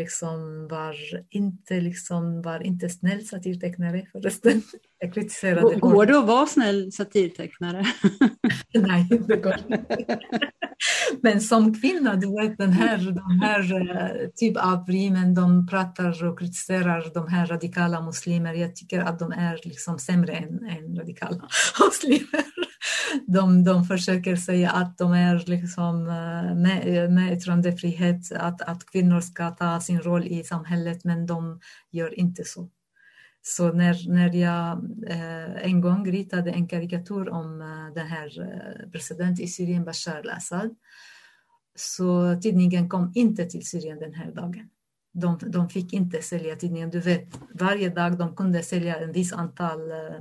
var inte snäll satirtecknare förresten. Jag kritiserade. Går det att vara snäll satirtecknare? Nej, det går inte. Men som kvinna, du vet, de här typ av rimen, de pratar och kritiserar de här radikala muslimer. Jag tycker att de är liksom sämre än radikala muslimer. De försöker säga att de är liksom med yttrandefrihet, att kvinnor ska ta sin roll i samhället, men de gör inte så. Så när jag en gång ritade en karikatyr om den här president i Syrien, Bashar al-Assad, så tidningen kom inte till Syrien den här dagen. De fick inte sälja tidningen. Du vet, varje dag de kunde sälja en viss antal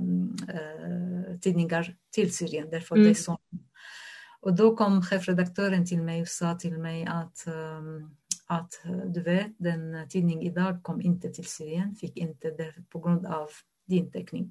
tidningar till Syrien. Därför det är så. Och då kom chefredaktören till mig och sa till mig att du vet, den tidning idag kom inte till Syrien, fick inte det på grund av din teckning.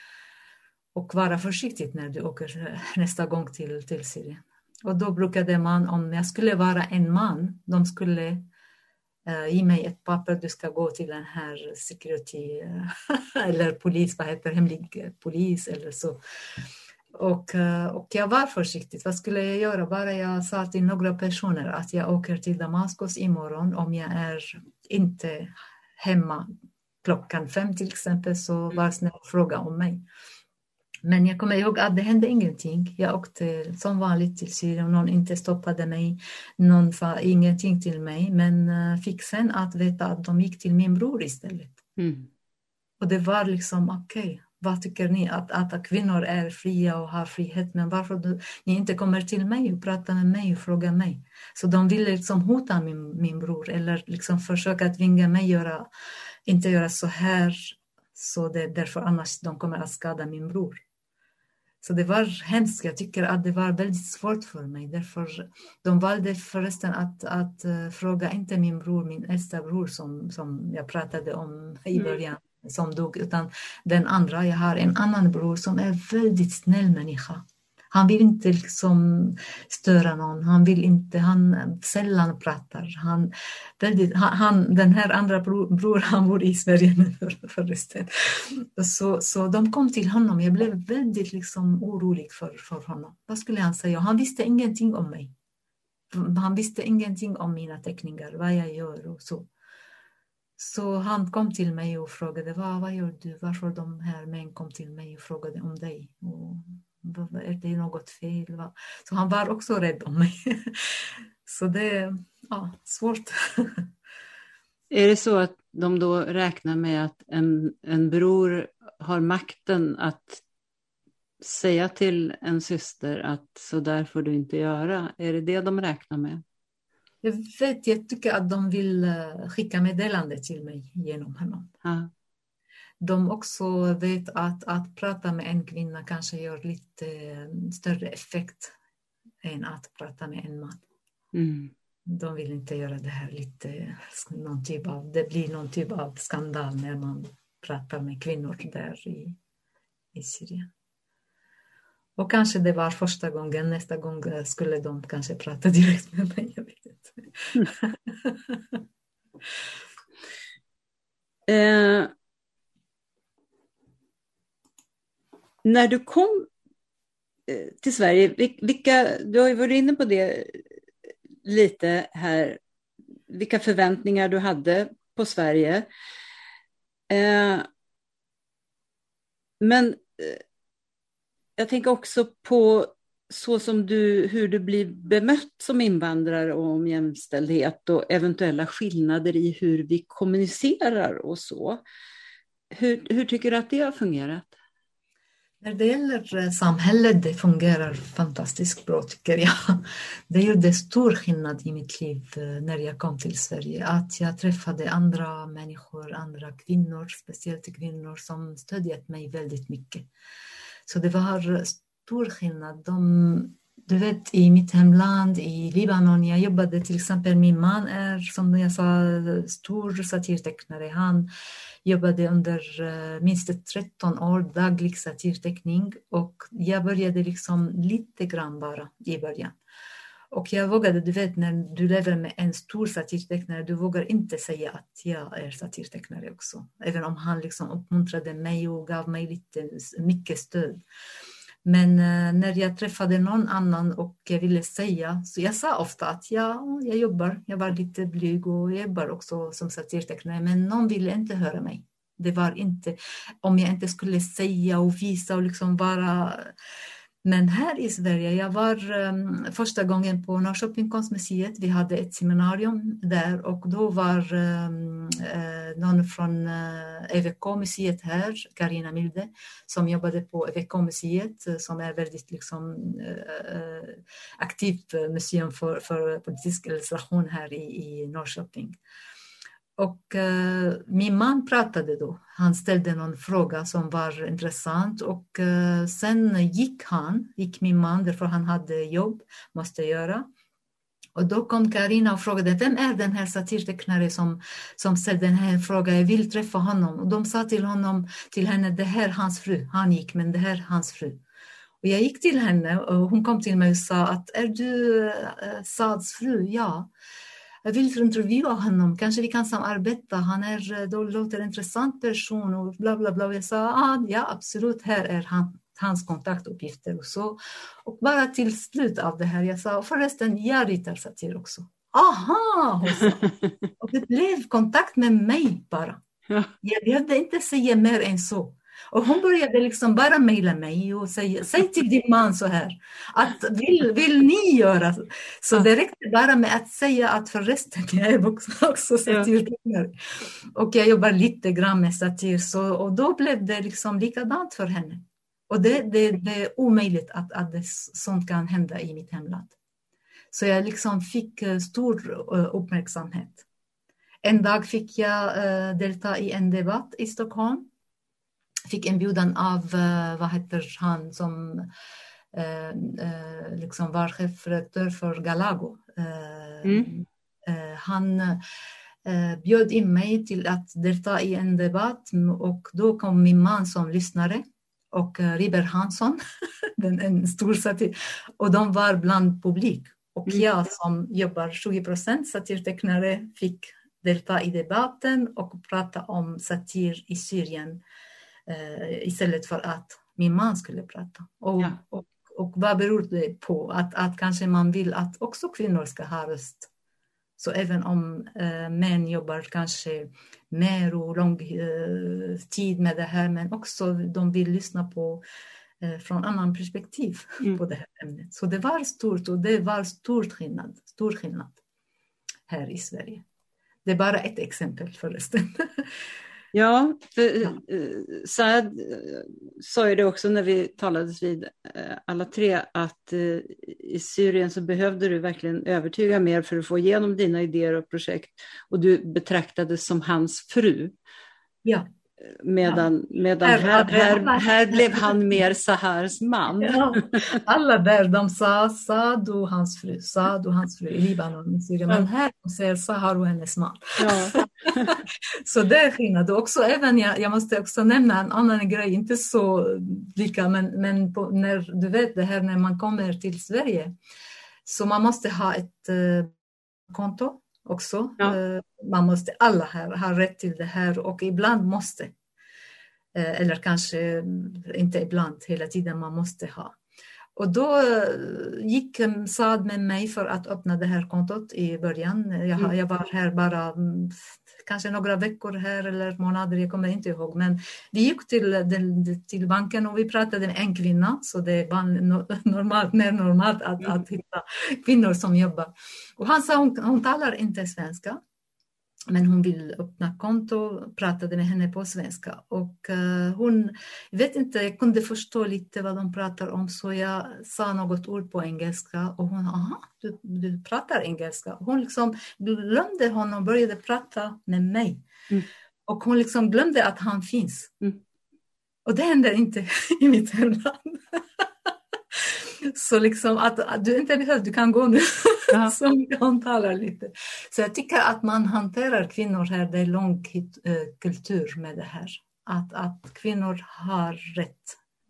Och vara försiktig när du åker nästa gång till Syrien. Och då brukade man, om jag skulle vara en man, de skulle ge mig ett papper, du ska gå till den här security eller polis, hemlig polis eller så. Och jag var försiktig. Vad skulle jag göra? Bara jag sa till några personer att jag åker till Damaskus imorgon. Om jag är inte hemma 5:00 till exempel, så var snäll och fråga om mig. Men jag kommer ihåg att det hände ingenting. Jag åkte som vanligt till Syrien. Någon inte stoppade mig. Någon sa ingenting till mig. Men fick sen att veta att de gick till min bror istället. Och det var liksom okej. Vad tycker ni? Att kvinnor är fria och har frihet. Men varför ni inte kommer till mig och pratar med mig och frågar mig? Så de ville liksom hota min bror. Eller liksom försöka tvinga mig inte göra så här. Så det är därför annars de kommer att skada min bror. Så det var hemskt. Jag tycker att det var väldigt svårt för mig. Därför de valde förresten att fråga inte min bror, min äldsta bror som jag pratade om i början, som dog, utan den andra. Jag har en annan bror som är väldigt snäll människa. Han vill inte liksom störa någon. Han sällan pratar. Den här andra bror, han bor i Sverige nu förresten. Så de kom till honom. Jag blev väldigt liksom orolig för honom. Vad skulle han säga? Han visste ingenting om mig. Han visste ingenting om mina teckningar, vad jag gör och så. Så han kom till mig och frågade, vad gör du? Varför de här män kom till mig och frågade om dig? Och är det något fel? Så han var också rädd om mig. Så det är svårt. Är det så att de då räknar med att en bror har makten att säga till en syster att så där får du inte göra? Är det de räknar med? Jag tycker att de vill skicka meddelande till mig genom honom. Ja. De också vet att prata med en kvinna kanske gör lite större effekt än att prata med en man. De vill inte göra det här det blir någon typ av skandal när man pratar med kvinnor där i Syrien. Och kanske det var första gången, nästa gång skulle de kanske prata direkt med mig, jag vet inte. När du kom till Sverige, du har ju varit inne på det lite här, vilka förväntningar du hade på Sverige. Men jag tänker också på så som hur du blir bemött som invandrare om jämställdhet och eventuella skillnader i hur vi kommunicerar och så. Hur tycker du att det har fungerat? När det gäller samhället, det fungerar fantastiskt bra tycker jag. Det gjorde stor skillnad i mitt liv när jag kom till Sverige. Att jag träffade andra människor, andra kvinnor, speciellt kvinnor som stödjat mig väldigt mycket. Så det var stor skillnad. Du vet, i mitt hemland, i Libanon, jag jobbade till exempel, min man är, som jag sa, stor satirtecknare. Han jobbade under minst 13 år daglig satirteckning och jag började liksom lite grann bara i början. Och jag vågade, du vet, när du lever med en stor satirtecknare, du vågar inte säga att jag är satirtecknare också. Även om han liksom uppmuntrade mig och gav mig mycket stöd. Men när jag träffade någon annan och jag ville säga, så jag sa ofta att jag jobbar, jag var lite blyg och jag jobbar också som satirtecknare, men någon ville inte höra mig. Det var inte, om jag inte skulle säga och visa och liksom bara... Men här i Sverige, jag var första gången på Norrköping konstmuseet. Vi hade ett seminarium där och då var någon från EWK-museet här, Carina Milde, som jobbade på EWK-museet, som är väldigt liksom, aktivt museum för politisk illustration här i Norrköping. Och min man pratade då. Han ställde någon fråga som var intressant och sen gick min man, därför han hade jobb, måste göra. Och då kom Carina och frågade, vem är den här satirtecknare som ställde den här frågan? Jag vill träffa honom. Och de sa till henne, det här är hans fru. Han gick, men det här är hans fru. Och jag gick till henne och hon kom till mig och sa att, är du Saads fru? Ja. Jag vill intervjua honom, kanske vi kan samarbeta. Han låter en intressant person och bla bla bla. Och jag sa, ja absolut, här är hans kontaktuppgifter och så. Och bara till slut av det här, jag sa, förresten, jag ritar satir också. Aha, hon sa. Och det blev kontakt med mig bara. Jag behövde inte säga mer än så. Och hon började liksom bara mejla mig och säga, säg till din man så här, att vill ni göra? Så det räckte bara med att säga att förresten, jag är också satirtecknare. Och jag jobbar lite grann med satir, och då blev det liksom likadant för henne. Och det är omöjligt att sånt kan hända i mitt hemland. Så jag liksom fick stor uppmärksamhet. En dag fick jag delta i en debatt i Stockholm. Fick inbjudan av, vad heter han som liksom var chefredaktör för Galago. Han bjöd in mig till att delta i en debatt och då kom min man som lyssnare och Riber Hansson, en stor satir, och de var bland publik. Och jag som jobbar 20% satirtecknare fick delta i debatten och prata om satir i Syrien. Istället för att min man skulle prata. Och vad beror det på? Att kanske man vill att också kvinnor ska ha röst. Så även om män jobbar kanske mer och lång tid med det här, men också de vill lyssna på från annan perspektiv på det här ämnet. Så det var stort, och det var stor skillnad här i Sverige. Det är bara ett exempel förresten. Ja, Saad sa ju det också när vi talades vid alla tre, att i Syrien så behövde du verkligen övertyga mer för att få igenom dina idéer och projekt, och du betraktades som hans fru. Ja. Medan här blev han mer Sahars man. Ja, alla där, de sa Saad och hans fru i Libanon, i Syrien. Men här de säger Sahar och hennes man. Ja. Så det är skillnad. Och också även, jag måste också nämna en annan grej, inte så lika, men när du vet det här, när man kommer till Sverige, så man måste ha ett konto också. Ja. Man måste, alla här ha rätt till det här, och ibland måste, eller kanske inte ibland, hela tiden man måste ha. Och då gick Saad med mig för att öppna det här kontot i början. Jag var här bara kanske några veckor här eller månader, jag kommer inte ihåg. Men vi gick till banken och vi pratade med en kvinna. Så det var mer normalt att hitta kvinnor som jobbar. Och han sa hon talar inte svenska. Men hon vill öppna konto, pratade med henne på svenska. Och hon, jag vet inte, jag kunde förstå lite vad de pratar om. Så jag sa något ord på engelska. Och hon, aha, du pratar engelska. Hon liksom glömde honom och började prata med mig. Och hon liksom glömde att han finns. Och det händer inte i mitt hemland. Så liksom att du inte behöver, du kan gå nu. Som hon talar lite. Så jag tycker att man hanterar kvinnor här, det är lång kultur med det här. Att kvinnor har rätt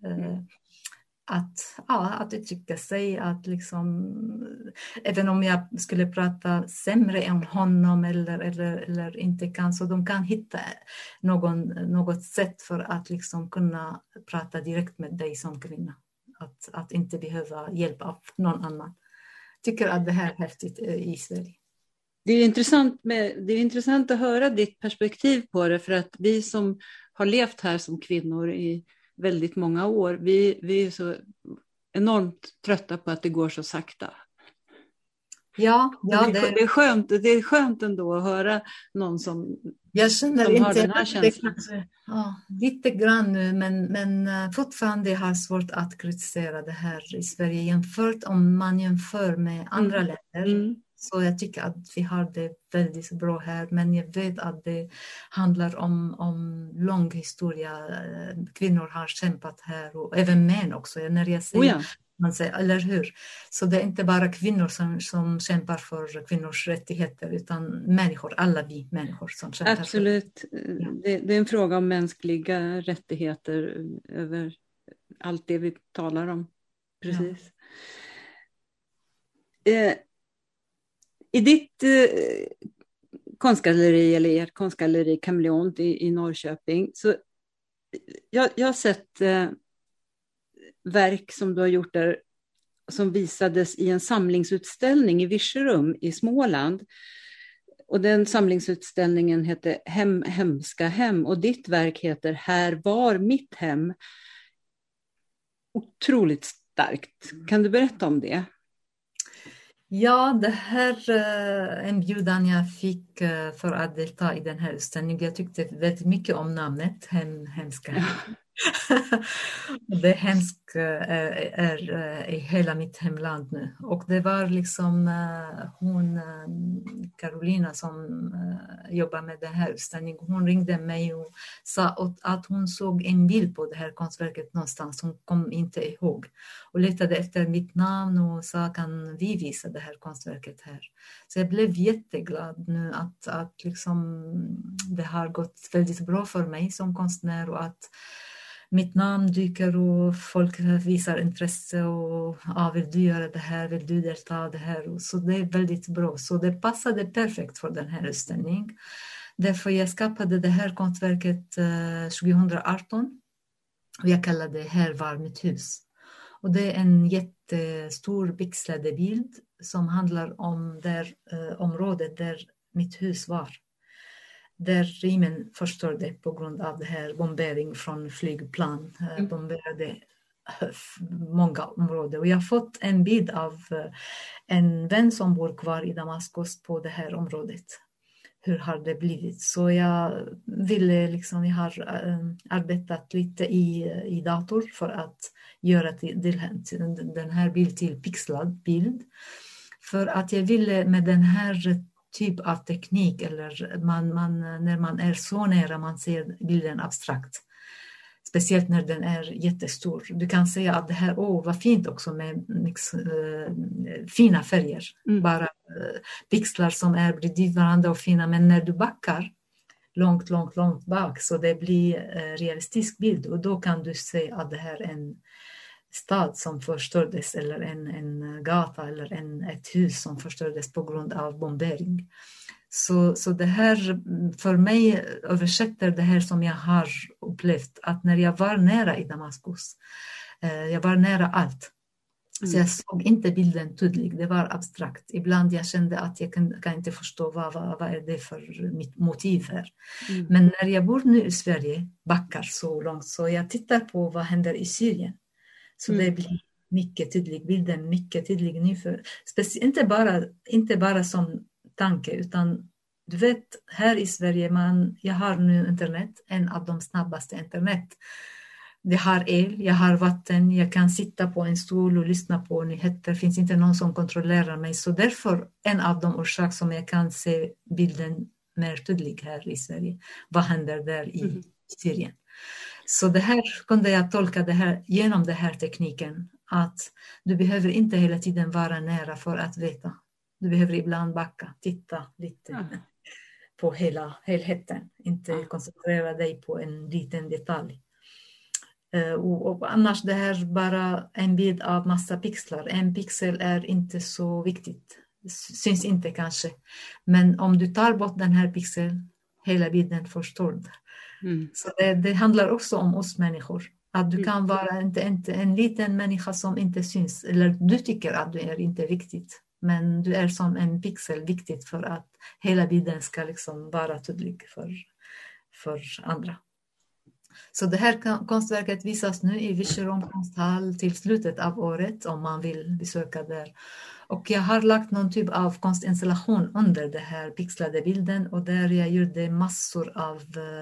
att uttrycka sig, att liksom, även om jag skulle prata sämre än honom eller inte kan, så de kan hitta något sätt för att liksom kunna prata direkt med dig som kvinna. Att inte behöva hjälp av någon annan. Tycker att det här är häftigt i Sverige. Det är intressant att höra ditt perspektiv på det, för att vi som har levt här som kvinnor i väldigt många år, vi är så enormt trötta på att det går så sakta. Ja, det är skönt ändå att höra någon som jag känner som inte har den här känslan. Lite grann nu, men fortfarande har svårt att kritisera det här i Sverige jämfört om man jämför med andra länder. Så jag tycker att vi har det väldigt bra här, men jag vet att det handlar om lång historia. Kvinnor har kämpat här och även män också. När jag säger man säger, eller hur? Så det är inte bara kvinnor som kämpar för kvinnors rättigheter, utan människor, alla vi människor som kämpar. Absolut. Det är en fråga om mänskliga rättigheter över allt det vi talar om. Precis. Ja. I ditt konstgalleri, eller ert konstgalleri Kameleont i Norrköping, så jag har sett verk som du har gjort där som visades i en samlingsutställning i Virserum i Småland. Och den samlingsutställningen heter Hemska hem, och ditt verk heter Här var mitt hem. Otroligt starkt. Kan du berätta om det? Ja, det här en bjudan jag fick för att delta i den här utställningen. Jag tyckte väldigt mycket om namnet Hemska hem. Det hemskt är i hela mitt hemland nu. Och det var liksom hon, Carolina, som jobbar med den här utställningen. Hon ringde mig och sa att hon såg en bild på det här konstverket någonstans. Hon kom inte ihåg. Och letade efter mitt namn och sa, kan vi visa det här konstverket här? Så jag blev jätteglad nu att liksom det har gått väldigt bra för mig som konstnär, och att mitt namn dyker och folk visar intresse och vill du göra det här, vill du delta det här? Och så det är väldigt bra. Så det passade perfekt för den här utställningen. Därför jag skapade det här konstverket 2018. Och jag kallade det Här var mitt hus. Och det är en jättestor pixlade bild som handlar om området där mitt hus var. Där Rimen förstörde på grund av det här bombering från flygplan. Bomberade många områden. Och jag har fått en bild av en vän som bor kvar i Damaskus på det här området. Hur har det blivit? Så jag ville liksom, jag har arbetat lite i dator för att göra den här bild till pixlad bild. För att jag ville med den här typ av teknik, eller när man är så nära, man ser bilden abstrakt. Speciellt när den är jättestor. Du kan säga att det här, vad fint också med fina färger. Bara pixlar som är bredvid varandra och fina. Men när du backar långt bak, så det blir realistisk bild. Och då kan du se att det här är en stad som förstördes, eller en gata eller ett hus som förstördes på grund av bombering. Så det här för mig översätter det här som jag har upplevt, att när jag var nära i Damaskus, jag var nära allt. Så jag såg inte bilden tydligt, det var abstrakt. Ibland jag kände att jag kan inte förstå vad är det för mitt motiv här. Men när jag bor nu i Sverige, backar så långt, så jag tittar på vad händer i Syrien. Så det blir mycket tydlig, bilden mycket tydlig nu. Inte bara som tanke, utan du vet, här i Sverige, jag har nu internet, en av de snabbaste internet. Jag har el, jag har vatten, jag kan sitta på en stol och lyssna på nyheter. Det finns inte någon som kontrollerar mig. Så därför en av de orsaker som jag kan se bilden mer tydlig här i Sverige. Vad händer där i Syrien? Så det här kunde jag tolka det här, genom den här tekniken. Att du behöver inte hela tiden vara nära för att veta. Du behöver ibland backa, titta lite på hela helheten. Inte koncentrera dig på en liten detalj. Och annars det här bara en bild av massa pixlar. En pixel är inte så viktigt. Syns inte kanske. Men om du tar bort den här pixeln, hela bilden förstår. Så det handlar också om oss människor. Att du kan vara inte en liten människa som inte syns. Eller du tycker att du är inte viktigt. Men du är som en pixel viktigt för att hela bilden ska liksom vara tydlig för andra. Så det här konstverket visas nu i Virserum konsthall till slutet av året om man vill besöka där. Och jag har lagt någon typ av konstinstallation under den här pixlade bilden och där jag gjorde massor av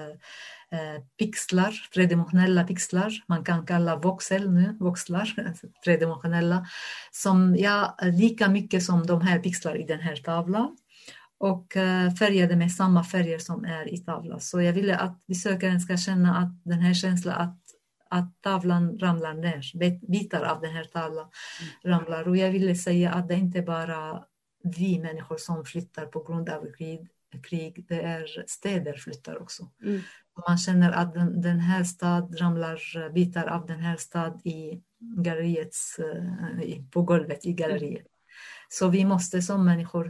pixlar, tredimensionella pixlar. Man kan kalla voxlar, tredimensionella, som lika mycket som de här pixlar i den här tavlan. Och färgade med samma färger som är i tavlan. Så jag ville att besökaren ska känna att den här känslan att tavlan ramlar ner. Bitar av den här tavlan ramlar. Och jag ville säga att det inte bara vi människor som flyttar på grund av krig. Det är städer flyttar också. Man känner att den här stad ramlar bitar av den här stad i galleriets, på golvet i galleriet. Så vi måste som människor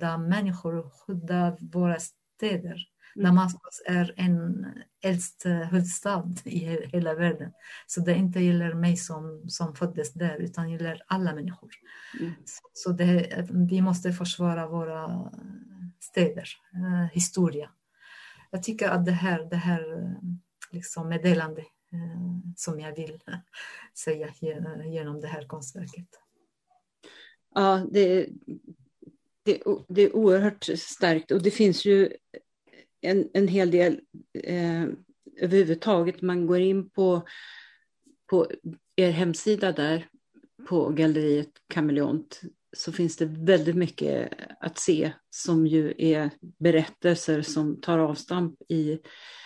skydda våra städer. Damaskus är en äldst huvudstad i hela världen. Så det inte gäller mig som föddes där, utan gäller alla människor. Så vi måste försvara våra städer, historia. Jag tycker att det här liksom meddelande som jag vill säga genom det här konstverket. Ja, det är oerhört starkt och det finns ju en hel del överhuvudtaget. Man går in på er hemsida där på galleriet Kameleont så finns det väldigt mycket att se som ju är berättelser som tar avstamp i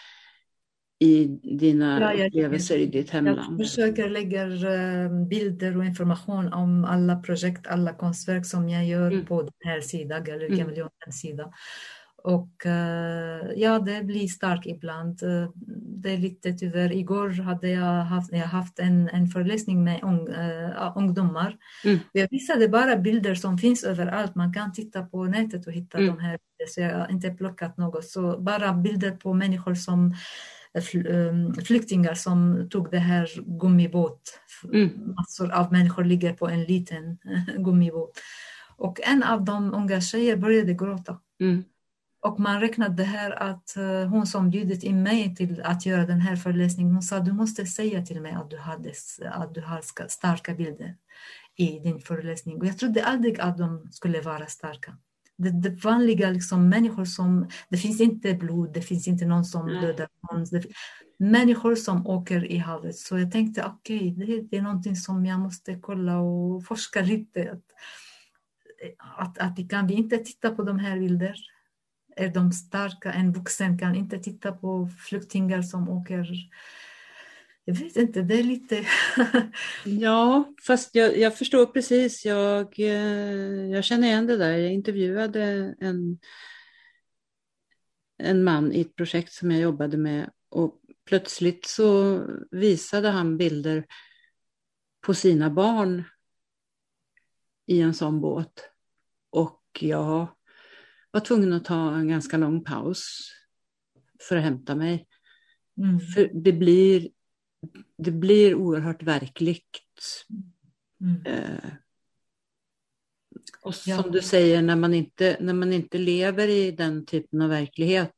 dina upplevelser i ditt hemland. Jag försöker lägga bilder och information om alla projekt, alla konstverk som jag gör på den här sidan, Galleri Kameleontens sida. Och det blir starkt ibland. Det är lite tyvärr. Igår hade jag haft en föreläsning med ungdomar. Jag visade bara bilder som finns överallt. Man kan titta på nätet och hitta de här. Så jag har inte plockat något. Så bara bilder på människor som flyktingar som tog det här gummibåt. Massor av människor ligger på en liten gummibåt. Och en av de unga tjejer började gråta. Och man räknade det här att hon som bjudit in mig till att göra den här föreläsningen, hon sa du måste säga till mig att du har starka bilder i din föreläsning. Och jag trodde aldrig att de skulle vara starka. Det vanliga liksom, människor som, det finns inte blod, det finns inte någon som dödar någon. Människor som åker i havet. Så jag tänkte okej, det är någonting som jag måste kolla och forska lite. Att kan vi inte titta på de här bilder? Är de starka? En vuxen kan inte titta på flyktingar som åker. Jag vet inte, det är lite... Ja, fast jag förstår precis. Jag känner igen det där. Jag intervjuade en man i ett projekt som jag jobbade med. Och plötsligt så visade han bilder på sina barn i en sån båt. Och jag var tvungen att ta en ganska lång paus för att hämta mig. För det blir oerhört verkligt Och som du säger, när man inte lever i den typen av verklighet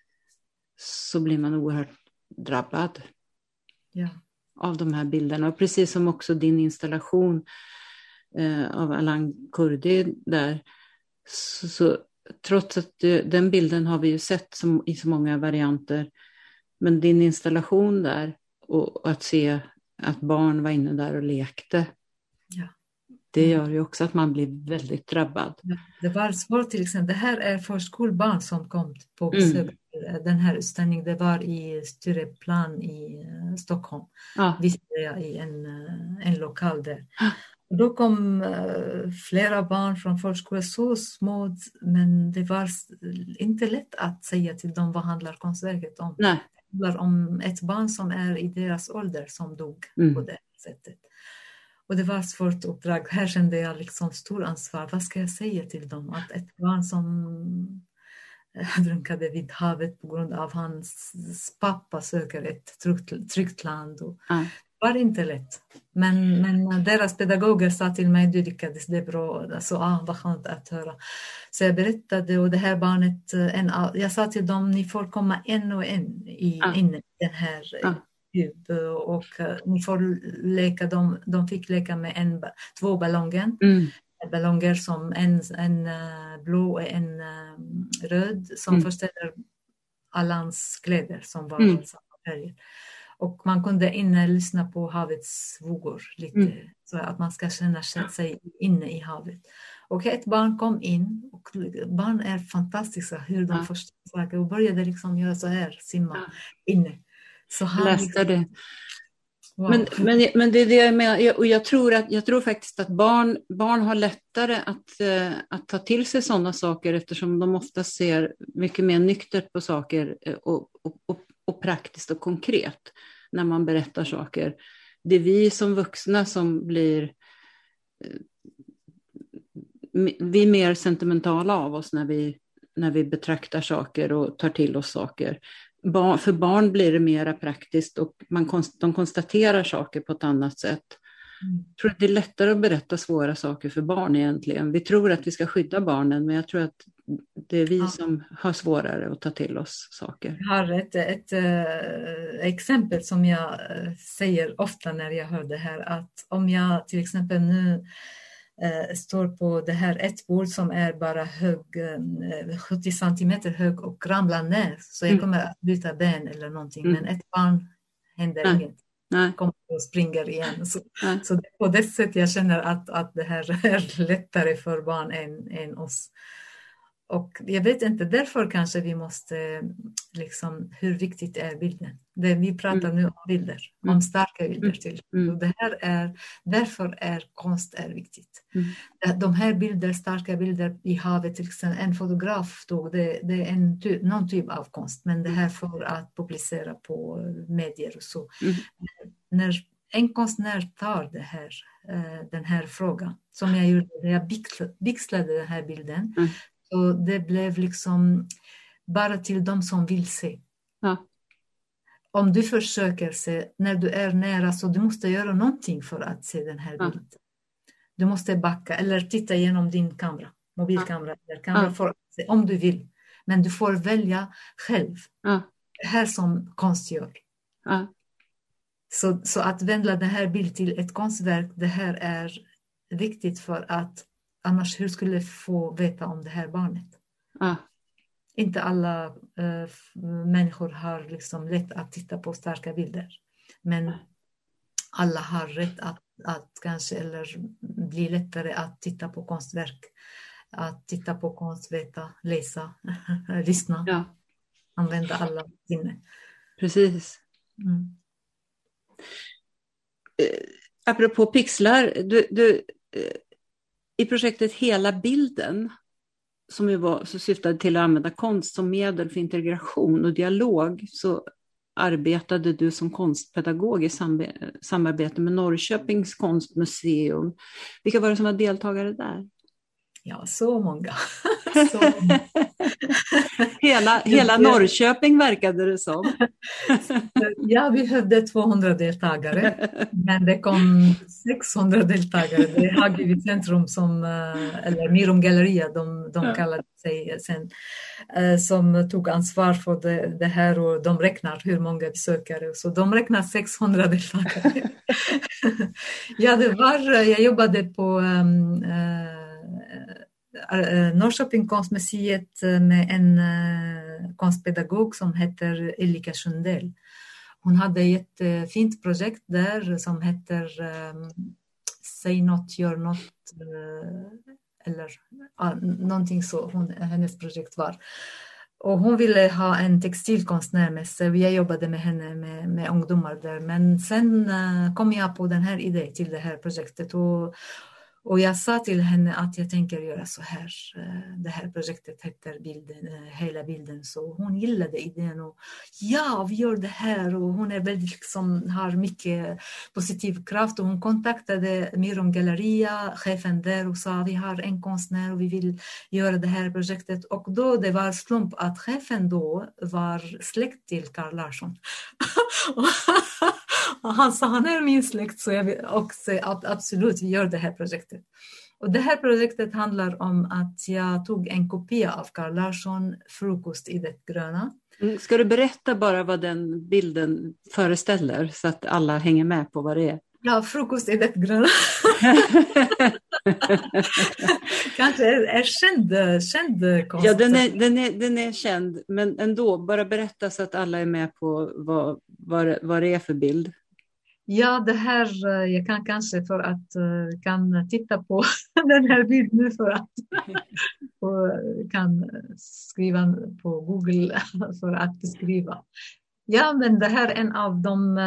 så blir man oerhört drabbad av de här bilderna. Och precis som också din installation av Alan Kurdi där, så trots att den bilden har vi ju sett i så många varianter, men din installation där och att se att barn var inne där och lekte, det gör ju också att man blir väldigt drabbad. Ja, det var svårt till exempel. Det här är förskolbarn som kom på besök. Den här utställningen, det var i Stureplan i Stockholm. Visste jag i en lokal där. Då kom flera barn från förskolan, så små, men det var inte lätt att säga till dem vad handlar konstverket om. Nej. Det handlar om ett barn som är i deras ålder som dog på det sättet. Och det var ett svårt uppdrag. Här kände jag liksom stor ansvar. Vad ska jag säga till dem? Att ett barn som drunknade vid havet på grund av hans pappa söker ett tryggt land. Och det var inte lätt. Men deras pedagoger sa till mig, du lyckades, det är bra. Så vad skönt att höra. Så jag berättade, och det här barnet, jag sa till dem, ni får komma en och en in i den här och ni får leka, de fick leka med två ballonger. Ballonger som en blå och en röd som förställer Alans kläder som var samma färger. Och man kunde lyssna på havets vågor lite, så att man ska känna sig inne i havet. Och ett barn kom in, och barn är fantastiska hur de förstår saker och började liksom göra så här, simma inne. Så han läste det. Wow. Men det är det jag menar, och jag tror faktiskt att barn har lättare att ta till sig sådana saker, eftersom de ofta ser mycket mer nyktert på saker och praktiskt och konkret när man berättar saker. Det är vi som vuxna som blir vi är mer sentimentala av oss när vi betraktar saker och tar till oss saker. För barn blir det mera praktiskt och de konstaterar saker på ett annat sätt. Jag tror att det är lättare att berätta svåra saker för barn egentligen. Vi tror att vi ska skydda barnen, men jag tror att det är vi som har svårare att ta till oss saker. Jag har ett exempel som jag säger ofta när jag hör det här. Att om jag till exempel nu står på det här ett bord som är bara 70 centimeter hög och ramlar ner, så jag kommer att byta ben eller någonting, men ett barn händer inget. Kommer och springer igen. Så på det sättet jag känner att det här är lättare för barn än oss. Och jag vet inte, därför kanske vi måste liksom, hur viktigt är bilden? Vi pratar nu om bilder, om starka bilder till. Och därför är konst viktigt. De här bilder, starka bilder i havet, till exempel en fotograf tog, det är någon typ av konst, men det här för att publicera på medier och så. När en konstnär tar den här frågan, som jag gjorde, när jag bixlade den här bilden, så det blev liksom bara till de som vill se. Om du försöker se, när du är nära, så du måste göra någonting för att se den här bilden. Du måste backa eller titta genom din kamera, mobilkamera eller kamera för att se, om du vill. Men du får välja själv. Det här som konst gör. Så att vända den här bild till ett konstverk, det här är viktigt, för att annars hur skulle få veta om det här barnet? Inte alla människor har liksom lätt att titta på starka bilder. Men alla har rätt att kanske, eller bli lättare att titta på konstverk. Att titta på konst, veta, läsa, lyssna. Använda alla sinne. Precis. Apropå pixlar, du i projektet Hela bilden, som ju så syftade till att använda konst som medel för integration och dialog, så arbetade du som konstpedagog i samarbete med Norrköpings konstmuseum. Vilka var det som var deltagare där? Ja, så många. Hela Norrköping verkade det som. Ja, vi hade 200 deltagare, men det kom 600 deltagare. Det är Hagivi centrum som, eller Mirum Galleria, de kallade sig sen, som tog ansvar för det här, och de räknar hur många besökare. Så de räknar 600 deltagare. Ja, jag jobbade på Norrköping konstmuseet med en konstpedagog som heter Elika Sundell. Hon hade ett jättefint projekt där som heter Say Not, Gör Not, eller någonting så hennes projekt var. Och hon ville ha en textilkonstnär med sig. Jag jobbade med henne med ungdomar där. Men sen kom jag på den här idén till det här projektet. Och jag sa till henne att jag tänker göra så här. Det här projektet heter Hela bilden. Så hon gillade idén. Och ja, vi gör det här. Och hon är väldigt, liksom, har mycket positiv kraft. Och hon kontaktade Mirum Galleria, chefen där, och sa vi har en konstnär och vi vill göra det här projektet. Och då det var slump att chefen då var släkt till Carl Larsson. Och han sa, han är min släkt, så jag vill också absolut, vi gör det här projektet. Och det här projektet handlar om att jag tog en kopia av Carl Larsson, Frukost i det gröna. Ska du berätta bara vad den bilden föreställer så att alla hänger med på vad det är? Ja, Frukost i det gröna. Kanske är känd konst. Ja, den är känd, men ändå, bara berätta så att alla är med på vad det är för bild. Ja, det här, jag kan kanske för att kan titta på den här bilden nu för att och kan skriva på Google för att beskriva. Ja, men det här är en av de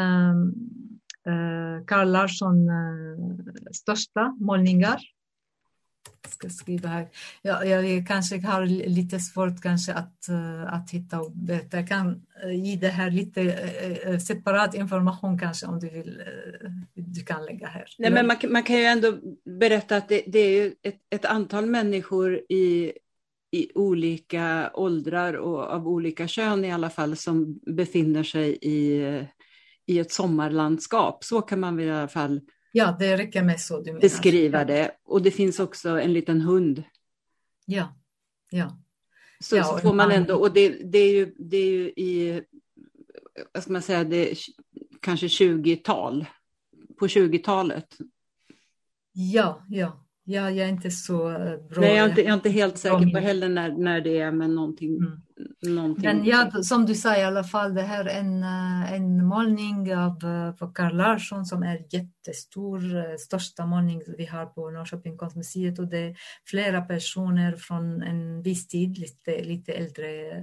Carl Larsson största målningar. Jag ska skriva här. Jag kanske har lite svårt kanske att hitta och berätta. Jag kan ge det här lite separat information kanske om du vill. Du kan lägga här. Nej, men man kan ju ändå berätta att det är ju ett antal människor i olika åldrar och av olika kön i alla fall som befinner sig i ett sommarlandskap. Så kan man väl i alla fall. Ja, det räcker med så. Du beskriva det. Och det finns också en liten hund. Ja. Så får man ändå, och det är ju i, vad ska man säga, det är kanske 20-tal. På 20-talet. Ja. Jag är inte så bra. Nej, jag är inte helt säker på heller när det är, men någonting. Men ja, som du sa i alla fall, det här är en målning av Carl Larsson som är jättestor, största målning vi har på Norrköping konstmuseet, och det är flera personer från en viss tid, lite äldre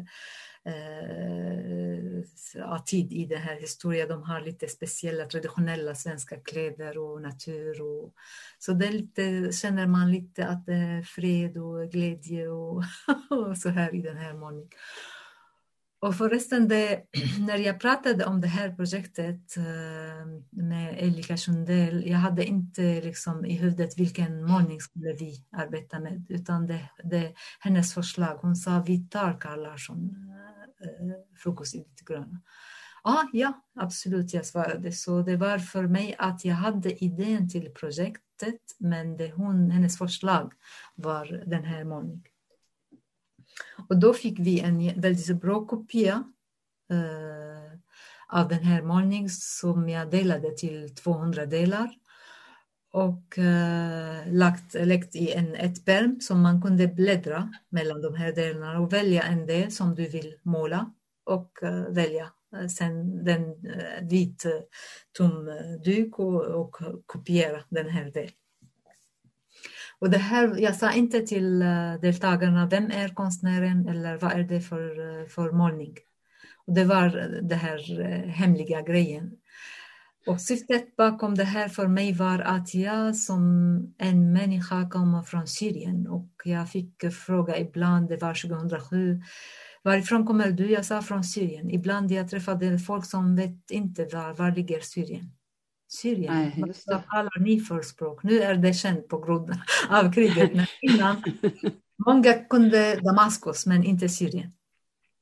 tid i den här historien. De har lite speciella traditionella svenska kläder och natur, och så det är lite, känner man lite att det är fred och glädje och så här i den här målningen. Och förresten, när jag pratade om det här projektet med Elika Sundell, jag hade inte liksom i huvudet vilken målning skulle vi arbeta med, utan det hennes förslag. Hon sa, vi tar Carl Larsson, Frukost i det gröna. Ja, absolut, jag svarade. Så det var för mig att jag hade idén till projektet, men hennes förslag var den här målningen. Och då fick vi en väldigt bra kopia av den här målningen som jag delade till 200 delar och lagt i ett pärm som man kunde bläddra mellan de här delarna och välja en del som du vill måla och välja sen den vit tumduk och kopiera den här delen. Och det här, jag sa inte till deltagarna, vem är konstnären eller vad är det för målning. Och det var det här hemliga grejen. Och syftet bakom det här för mig var att jag som en människa kommer från Syrien. Och jag fick fråga ibland, det var 2007, varifrån kommer du? Jag sa från Syrien. Ibland jag träffade folk som vet inte var ligger Syrien. Syrien, vad talar ni för språk? Nu är det känt på grund av kriget. Men innan, många kunde Damaskus, men inte Syrien.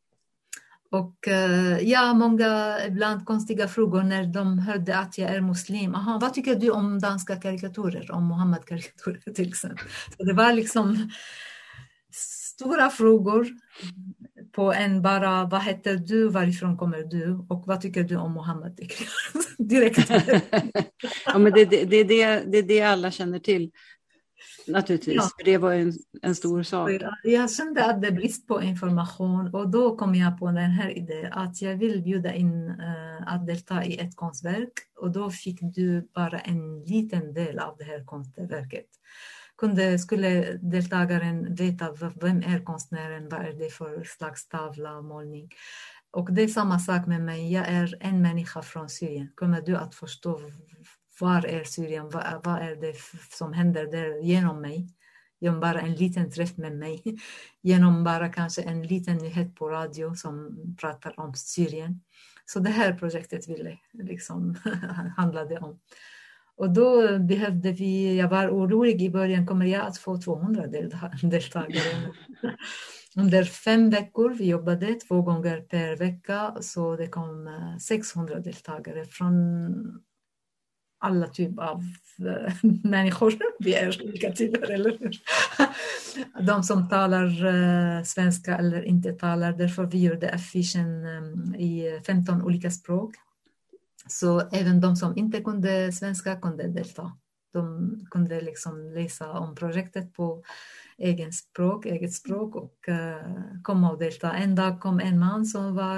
Och många ibland konstiga frågor när de hörde att jag är muslim. Aha, vad tycker du om danska karikatyrer, om Mohammed-karikatyrer till exempel? Så det var liksom stora frågor på en bara, vad heter du, varifrån kommer du och vad tycker du om Mohammed? Direkt. Ja, men det är det alla känner till. Naturligtvis, ja. För det var en stor sak. Jag kände att det är brist på information och då kom jag på den här idén att jag vill bjuda in att delta i ett konstverk och då fick du bara en liten del av det här konstverket. Skulle deltagaren veta vem är konstnären, vad är det för slags tavla, målning. Och det är samma sak med mig, jag är en människa från Syrien. Kommer du att förstå var är Syrien, vad är det som händer där genom mig? Genom bara en liten träff med mig. Genom bara kanske en liten nyhet på radio som pratar om Syrien. Så det här projektet ville liksom handlade om. Och då behövde jag var orolig i början, kommer jag att få 200 deltagare? Under 5 veckor, vi jobbade 2 gånger per vecka, så det kom 600 deltagare från alla typer av människor. Vi är olika typer, eller hur? De som talar svenska eller inte talar, därför vi gjorde affischen i 15 olika språk. Så även de som inte kunde svenska kunde delta. De kunde liksom läsa om projektet på eget språk och komma och delta. En dag kom en man som var,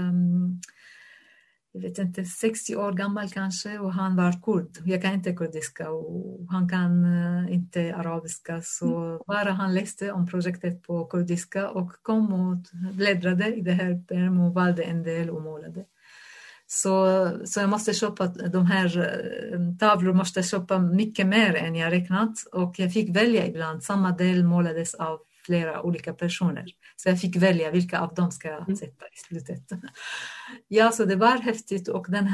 jag vet inte, 60 år gammal kanske och han var kurd. Jag kan inte kurdiska och han kan inte arabiska, så bara han läste om projektet på kurdiska och kom och bläddrade i det här perm och valde en del och målade. Så jag måste köpa de här tavlor, måste köpa mycket mer än jag räknat och jag fick välja ibland. Samma del målades av flera olika personer. Så jag fick välja vilka av dem ska jag sätta i slutet. Ja, så det var häftigt och det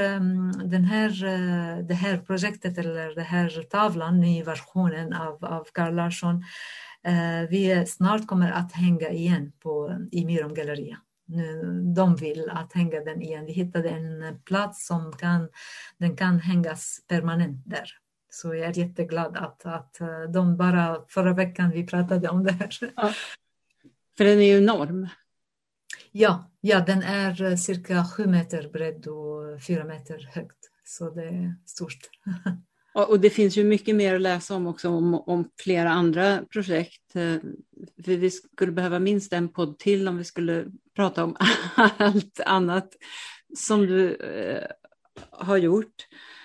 här projektet eller det här tavlan, ny versionen av Carl Larsson, vi snart kommer att hänga igen i Myrum galleria. De vill att hänga den igen. Vi hittade en plats som den kan hängas permanent där. Så jag är jätteglad att de bara förra veckan vi pratade om det här. Ja, för den är ju enorm. Ja, den är cirka 7 meter bredd och 4 meter högt. Så det är stort. Och det finns ju mycket mer att läsa om också om flera andra projekt. För vi skulle behöva minst en podd till om vi skulle prata om allt annat som du har gjort.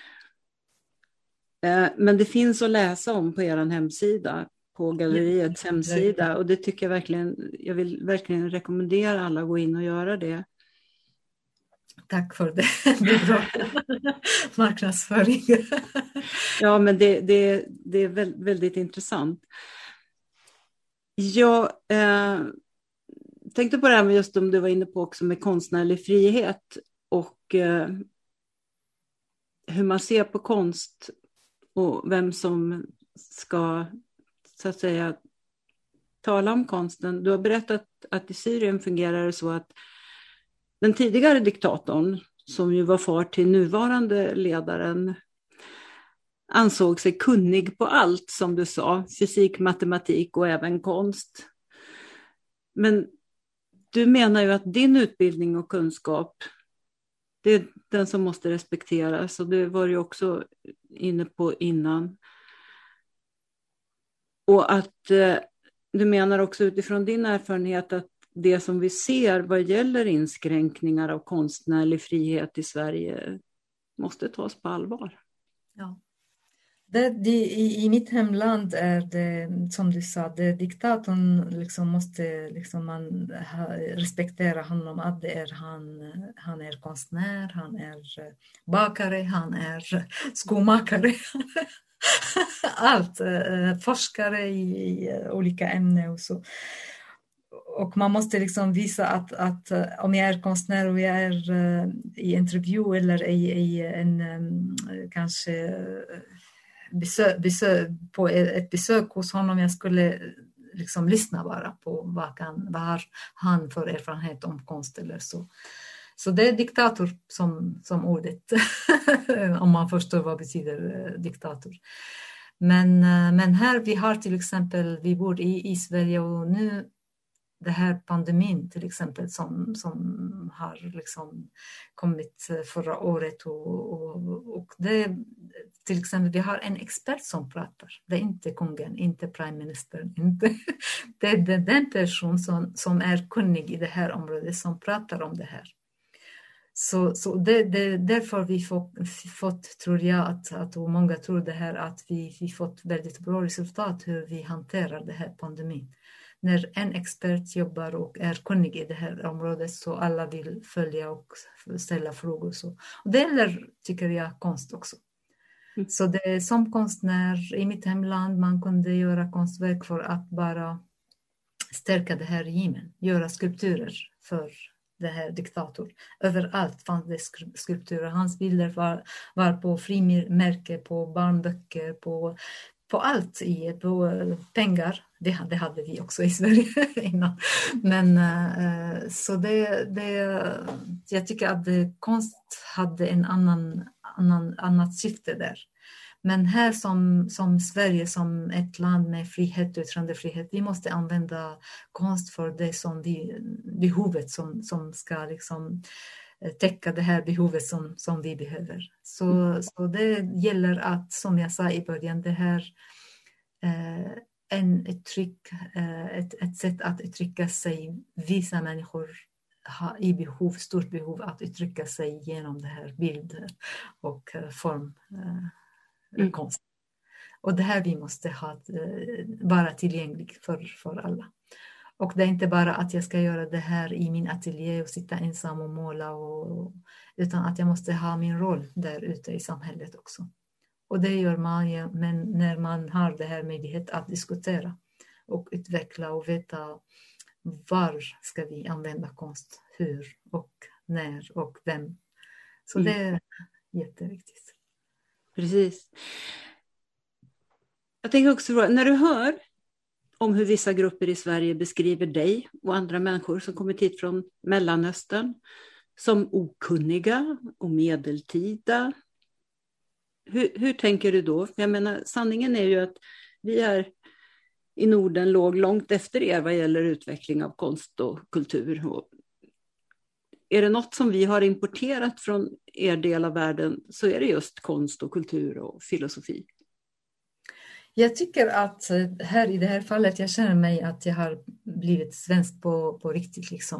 Men det finns att läsa om på er hemsida, på galleriets hemsida. Och det tycker jag verkligen, jag vill verkligen rekommendera alla att gå in och göra det. Tack för det. Det är bra marknadsföring. Ja, men det är väldigt intressant. Jag tänkte på det här med just som du var inne på också med konstnärlig frihet och hur man ser på konst och vem som ska så att säga tala om konsten. Du har berättat att i Syrien fungerar det så att den tidigare diktatorn, som ju var far till nuvarande ledaren, ansåg sig kunnig på allt, som du sa, fysik, matematik och även konst. Men du menar ju att din utbildning och kunskap, det är den som måste respekteras, och det var ju också inne på innan. Och att du menar också utifrån din erfarenhet att det som vi ser vad gäller inskränkningar av konstnärlig frihet i Sverige måste tas på allvar. Ja. I mitt hemland är det, som du sa, det diktatorn liksom måste liksom man respektera honom, att det är han är konstnär, han är bakare, han är skomakare. Allt, forskare i olika ämnen och så. Och man måste liksom visa att om jag är konstnär och jag är i intervju eller i en kanske på ett besök hos honom, jag skulle liksom lyssna bara på vad har han för erfarenhet om konst eller så. Så det är diktator som ordet, om man förstår vad betyder diktator. Men här vi har till exempel, vi bor i Sverige och nu det här pandemin till exempel som har liksom kommit förra året och det till exempel vi har en expert som pratar. Det är inte kungen, inte prime minister, inte. Det är den person som är kunnig i det här området som pratar om det här. Så det därför vi fått, tror jag, att och många tror det här, att vi fått väldigt bra resultat hur vi hanterar det här pandemin. När en expert jobbar och är kunnig i det här området så alla vill följa och ställa frågor. Och det gäller, tycker jag, konst också. Så det är som konstnär i mitt hemland, man kunde göra konstverk för att bara stärka det här regimen, göra skulpturer för det här diktator. Överallt fanns det skulpturer. Hans bilder var på frimärke, på barnböcker, på allt, på pengar. Det hade vi också i Sverige innan. Men så jag tycker att konst hade en annat syfte där. Men här som Sverige, som ett land med frihet och yttrandefrihet, vi måste använda konst för det som behovet som ska liksom täcka det här behovet som vi behöver. Så det gäller att, som jag sa i början, det här ett sätt att uttrycka sig. Vissa människor har stort behov att uttrycka sig genom det här bilder och form. Konst. Och det här vi måste vara tillgängligt för alla. Och det är inte bara att jag ska göra det här i min ateljé och sitta ensam och måla, utan att jag måste ha min roll där ute i samhället också. Och det gör man när man har det här möjlighet att diskutera och utveckla och veta var ska vi använda konst, hur och när och vem. Så det är jätteviktigt. Precis. Jag tänker också fråga, när du hör om hur vissa grupper i Sverige beskriver dig och andra människor som kommit hit från Mellanöstern som okunniga och medeltida, hur tänker du då? Jag menar, sanningen är ju att vi här i Norden låg långt efter er vad gäller utveckling av konst och kultur. Är det något som vi har importerat från er del av världen, så är det just konst och kultur och filosofi. Jag tycker att här i det här fallet, jag känner mig att jag har blivit svensk på riktigt liksom.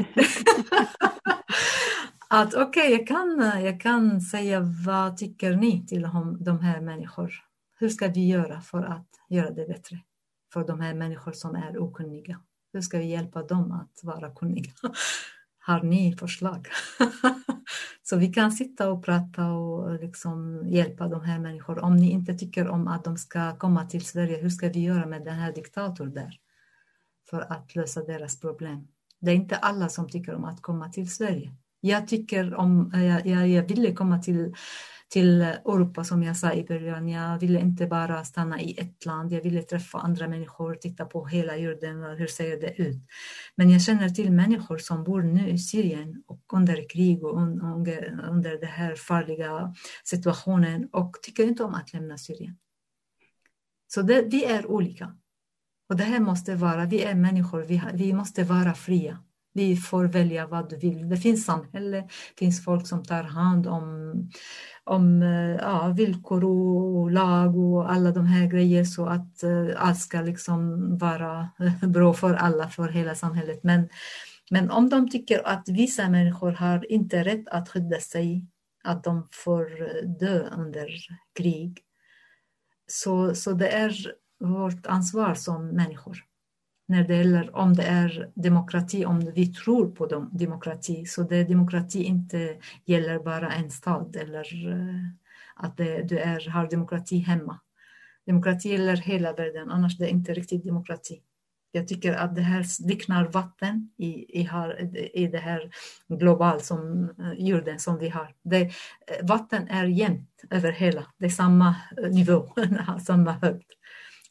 Att okej, jag kan säga, vad tycker ni till de här människor? Hur ska vi göra för att göra det bättre för de här människor som är okunniga? Hur ska vi hjälpa dem att vara kunniga? Har ni förslag? Så vi kan sitta och prata och liksom hjälpa de här människor. Om ni inte tycker om att de ska komma till Sverige, hur ska vi göra med den här diktatorn där? För att lösa deras problem. Det är inte alla som tycker om att komma till Sverige. Jag tycker jag ville komma till Europa, som jag sa i början. Jag ville inte bara stanna i ett land. Jag ville träffa andra människor, titta på hela jorden och hur ser det ut. Men jag känner till människor som bor nu i Syrien och under krig och under den här farliga situationen och tycker inte om att lämna Syrien. Så vi är olika. Och det här måste vara, vi är människor, vi måste vara fria. Vi får välja vad du vill. Det finns samhälle, det finns folk som tar hand om villkor och lag och alla de här grejer, så att allt ska liksom vara bra för alla, för hela samhället. Men om de tycker att vissa människor har inte rätt att skydda sig, att de får dö under krig, så det är vårt ansvar som människor. När det gäller om det är demokrati, om vi tror på demokrati, så det demokrati inte gäller bara en stad eller att du har demokrati hemma. Demokrati gäller hela världen, annars det är inte riktigt demokrati. Jag tycker att det här liknar vatten i det här global som jorden som vi har. Vatten är jämnt över hela, det är samma nivå, samma höjd.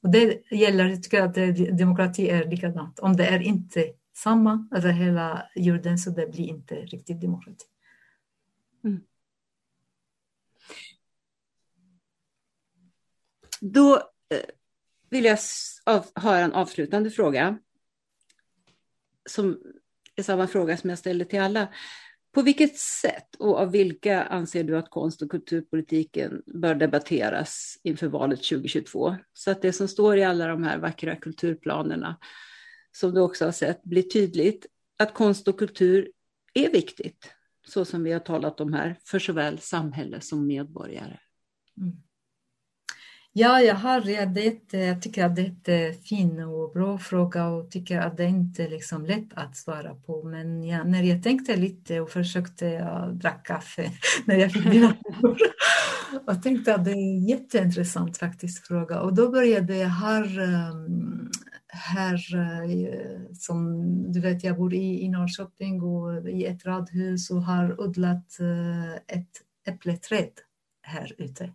Och det gäller, jag tycker att demokrati är likadant. Om det är inte samma över hela jorden så det blir inte riktigt demokrati. Mm. Då vill jag ha en avslutande fråga. Som är samma fråga som jag ställde till alla. På vilket sätt och av vilka anser du att konst- och kulturpolitiken bör debatteras inför valet 2022? Så att det som står i alla de här vackra kulturplanerna, som du också har sett, blir tydligt att konst och kultur är viktigt, så som vi har talat om här, för såväl samhälle som medborgare. Mm. Ja, jag tycker att det är en fin och bra fråga och tycker att det inte är liksom lätt att svara på. Men när jag tänkte lite och försökte dricka kaffe när jag fick dina frågor och tänkte att det är en jätteintressant faktiskt fråga. Och då började jag här som du vet, jag bor i Norrköping och i ett radhus och har odlat ett äppleträd här ute.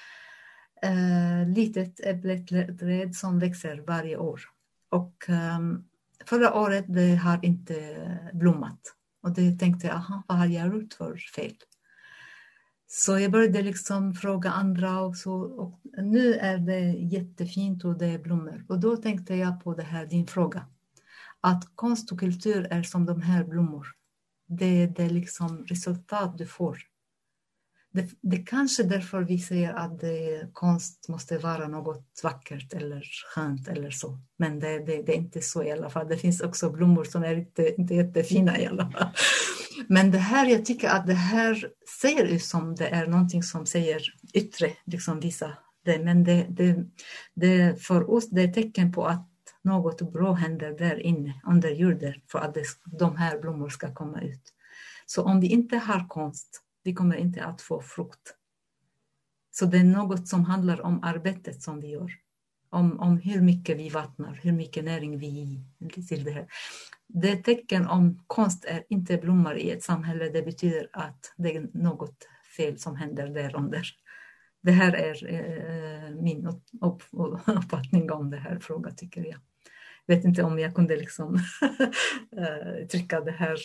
Litet äppleträd som växer varje år. Och förra året det har inte blommat. Och det tänkte jag, vad har jag gjort för fel? Så jag började liksom fråga andra och så. Och nu är det jättefint och det är blommor. Och då tänkte jag på det här, din fråga. Att konst och kultur är som de här blommor. Det är liksom resultat du får. Det kanske därför vi säger att konst måste vara något vackert eller skönt eller så. Men det är inte så i alla fall. Det finns också blommor som är inte jättefina i alla fall. Men det här, jag tycker att det här ser ut som det är någonting som säger yttre, liksom visa det. Men det för oss det är tecken på att något bra händer där inne under jorden för att de här blommor ska komma ut. Så om vi inte har konst, vi kommer inte att få frukt. Så det är något som handlar om arbetet som vi gör. Om hur mycket vi vattnar, hur mycket näring vi ger till det här. Det är tecken om konst är inte blommar i ett samhälle. Det betyder att det är något fel som händer där under. Det här är min uppfattning om det här frågan tycker jag. Jag vet inte om jag kunde liksom trycka det här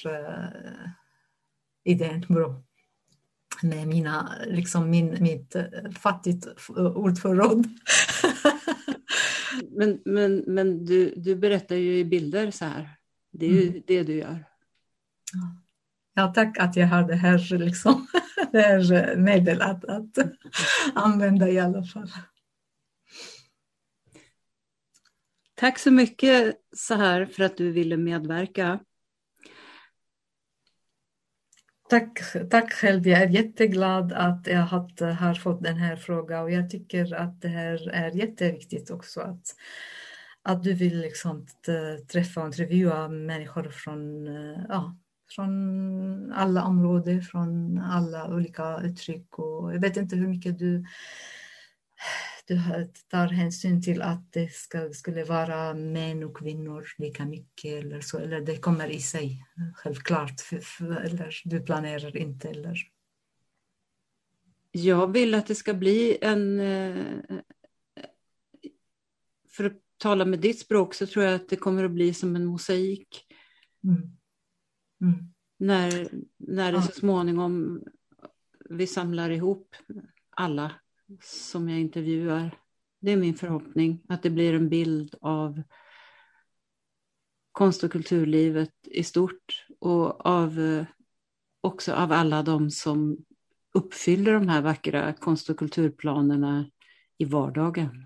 idén bra. Med mitt fattigt ordförråd. Men du berättar ju i bilder så här. Det är ju det du gör. Ja, tack att jag har det här liksom. Det här medel att använda i alla fall. Tack så mycket så här för att du ville medverka. Tack själv. Jag är jätteglad att jag har fått den här frågan och jag tycker att det här är jätteviktigt också att du vill liksom träffa och intervjua människor från alla områden, från alla olika uttryck och jag vet inte hur mycket du tar hänsyn till att det skulle vara män och kvinnor lika mycket eller så, eller det kommer i sig självklart, eller du planerar inte eller? Jag vill att det ska bli för att tala med ditt språk så tror jag att det kommer att bli som en mosaik. När det så småningom vi samlar ihop alla som jag intervjuar. Det är min förhoppning att det blir en bild av konst- och kulturlivet i stort och också av alla de som uppfyller de här vackra konst- och kulturplanerna i vardagen.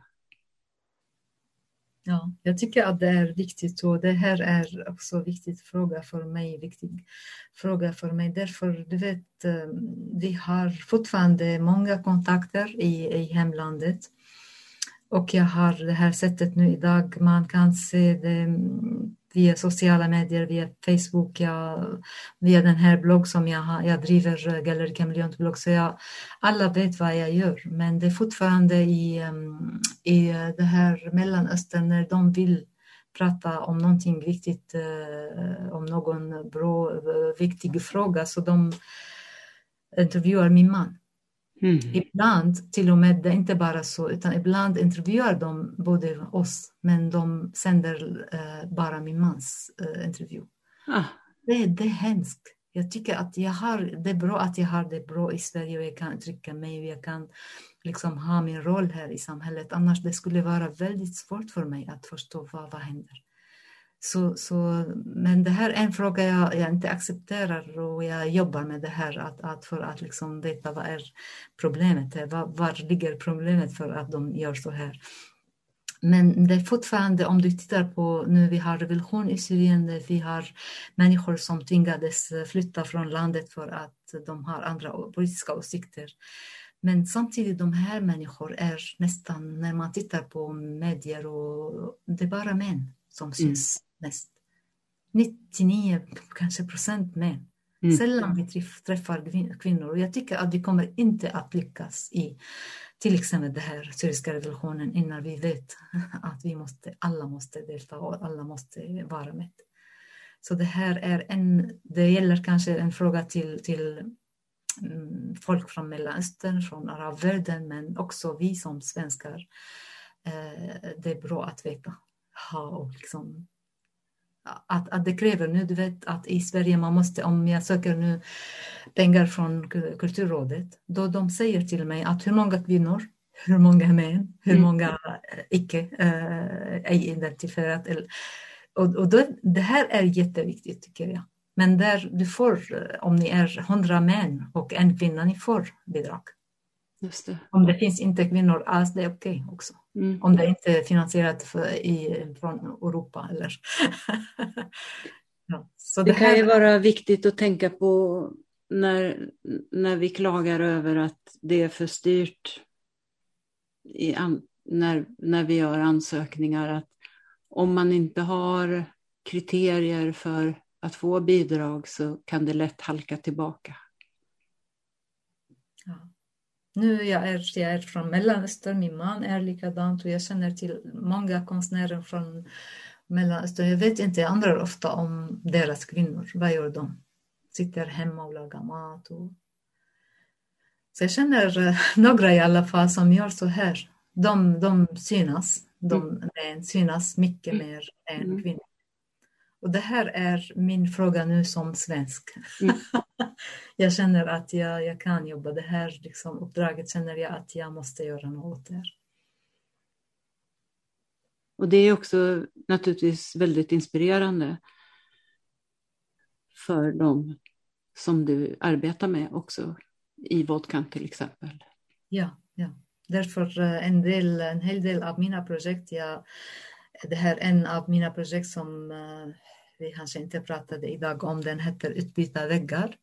Ja, jag tycker att det är viktigt och det här är också en viktig fråga för mig. Därför, du vet, vi har fortfarande många kontakter i hemlandet. Och jag har det här sättet nu idag, man kan se det via sociala medier, via Facebook, via den här blogg som jag driver, Galleri Kameleont blogg, så alla vet vad jag gör. Men det är fortfarande i det här Mellanöstern när de vill prata om någonting viktigt, om någon bra, viktig fråga, så de intervjuar min man. Ibland till och med, det är inte bara så, utan ibland intervjuar de både oss, men de sänder bara min mans intervju. Det är hemskt. Jag tycker att det är bra att jag har det bra i Sverige och jag kan uttrycka mig och jag kan liksom ha min roll här i samhället. Annars det skulle vara väldigt svårt för mig att förstå vad händer. Men det här är en fråga jag inte accepterar och jag jobbar med det här för att liksom veta vad är problemet är. Var ligger problemet för att de gör så här? Men det är fortfarande, om du tittar på nu, vi har revolution i Syrien, vi har människor som tvingades flytta från landet för att de har andra politiska åsikter. Men samtidigt de här människor är nästan, när man tittar på medier, och det är bara män som syns mest. 99% män. Sällan vi träffar kvinnor. Och jag tycker att vi kommer inte att lyckas i till exempel den här syriska revolutionen innan vi vet att alla måste delta och alla måste vara med. Så det här är det gäller kanske en fråga till folk från Mellanöstern, från arabvärlden, men också vi som svenskar. Det är bra att veta. Och liksom, att det kräver nu, du vet att i Sverige man måste, om jag söker nu pengar från Kulturrådet, då de säger till mig att hur många kvinnor, hur många män, hur många icke identifierat. Och då, det här är jätteviktigt tycker jag. Men där du får, om ni är 100 män och en kvinna, ni får bidrag. Just det. Om det finns inte kvinnor alls, det är okej också. Om det inte är finansierat från Europa. Eller. Ja, så det kan ju vara viktigt att tänka på när vi klagar över att det är för styrt när vi gör ansökningar, att om man inte har kriterier för att få bidrag så kan det lätt halka tillbaka. Ja. Nu jag är från Mellanöstern, min man är likadant och jag känner till många konstnärer från Mellanöstern. Jag vet inte, jag undrar ofta om deras kvinnor. Vad gör de? Sitter hemma och lagar mat. Så jag känner några i alla fall som gör så här. De synas. De synas mycket mer än kvinnor. Och det här är min fråga nu som svensk. Jag känner att jag kan jobba det här liksom, uppdraget, känner jag att jag måste göra något där. Och det är också naturligtvis väldigt inspirerande för dem som du arbetar med också i Vodkan till exempel. Ja. Därför en hel del av mina projekt, det här är en av mina projekt som vi kanske inte pratade idag om, den heter Utbyta väggar.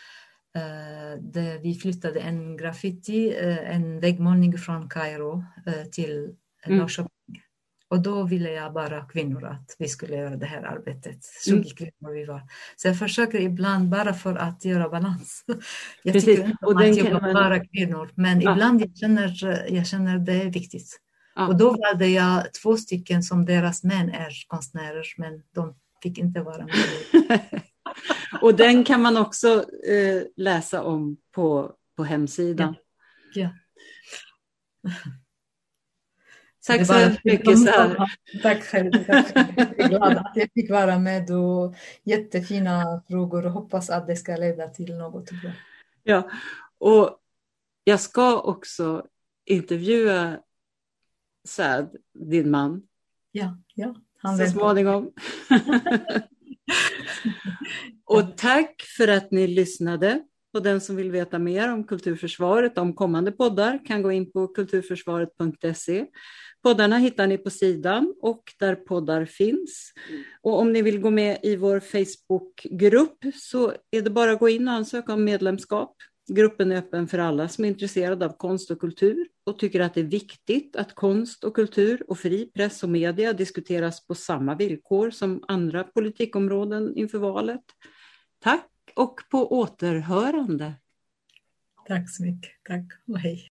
Vi flyttade en graffiti, en väggmålning från Kairo till Norrköping. Och då ville jag bara kvinnor att vi skulle göra det här arbetet. 20 kvinnor vi var. Så jag försöker ibland bara för att göra balans. Jag tycker inte om att jobba bara kvinnor. Men ibland jag känner det är viktigt. Och då valde jag 2 stycken som deras män är konstnärer. Men de fick inte vara med. Och den kan man också läsa om på hemsidan. Ja. Tack så mycket. Tack själv. Jag är glad att jag fick vara med och jättefina frågor och hoppas att det ska leda till något bra. Ja, och jag ska också intervjua Saad, din man. Ja. Så småningom. Och tack för att ni lyssnade. Och den som vill veta mer om Kulturförsvaret, om kommande poddar, kan gå in på kulturförsvaret.se. Poddarna hittar ni på sidan och där poddar finns. Och om ni vill gå med i vår Facebookgrupp så är det bara att gå in och ansöka om medlemskap. Gruppen är öppen för alla som är intresserade av konst och kultur och tycker att det är viktigt att konst och kultur och fri press och media diskuteras på samma villkor som andra politikområden inför valet. Tack och på återhörande. Tack så mycket. Tack och hej.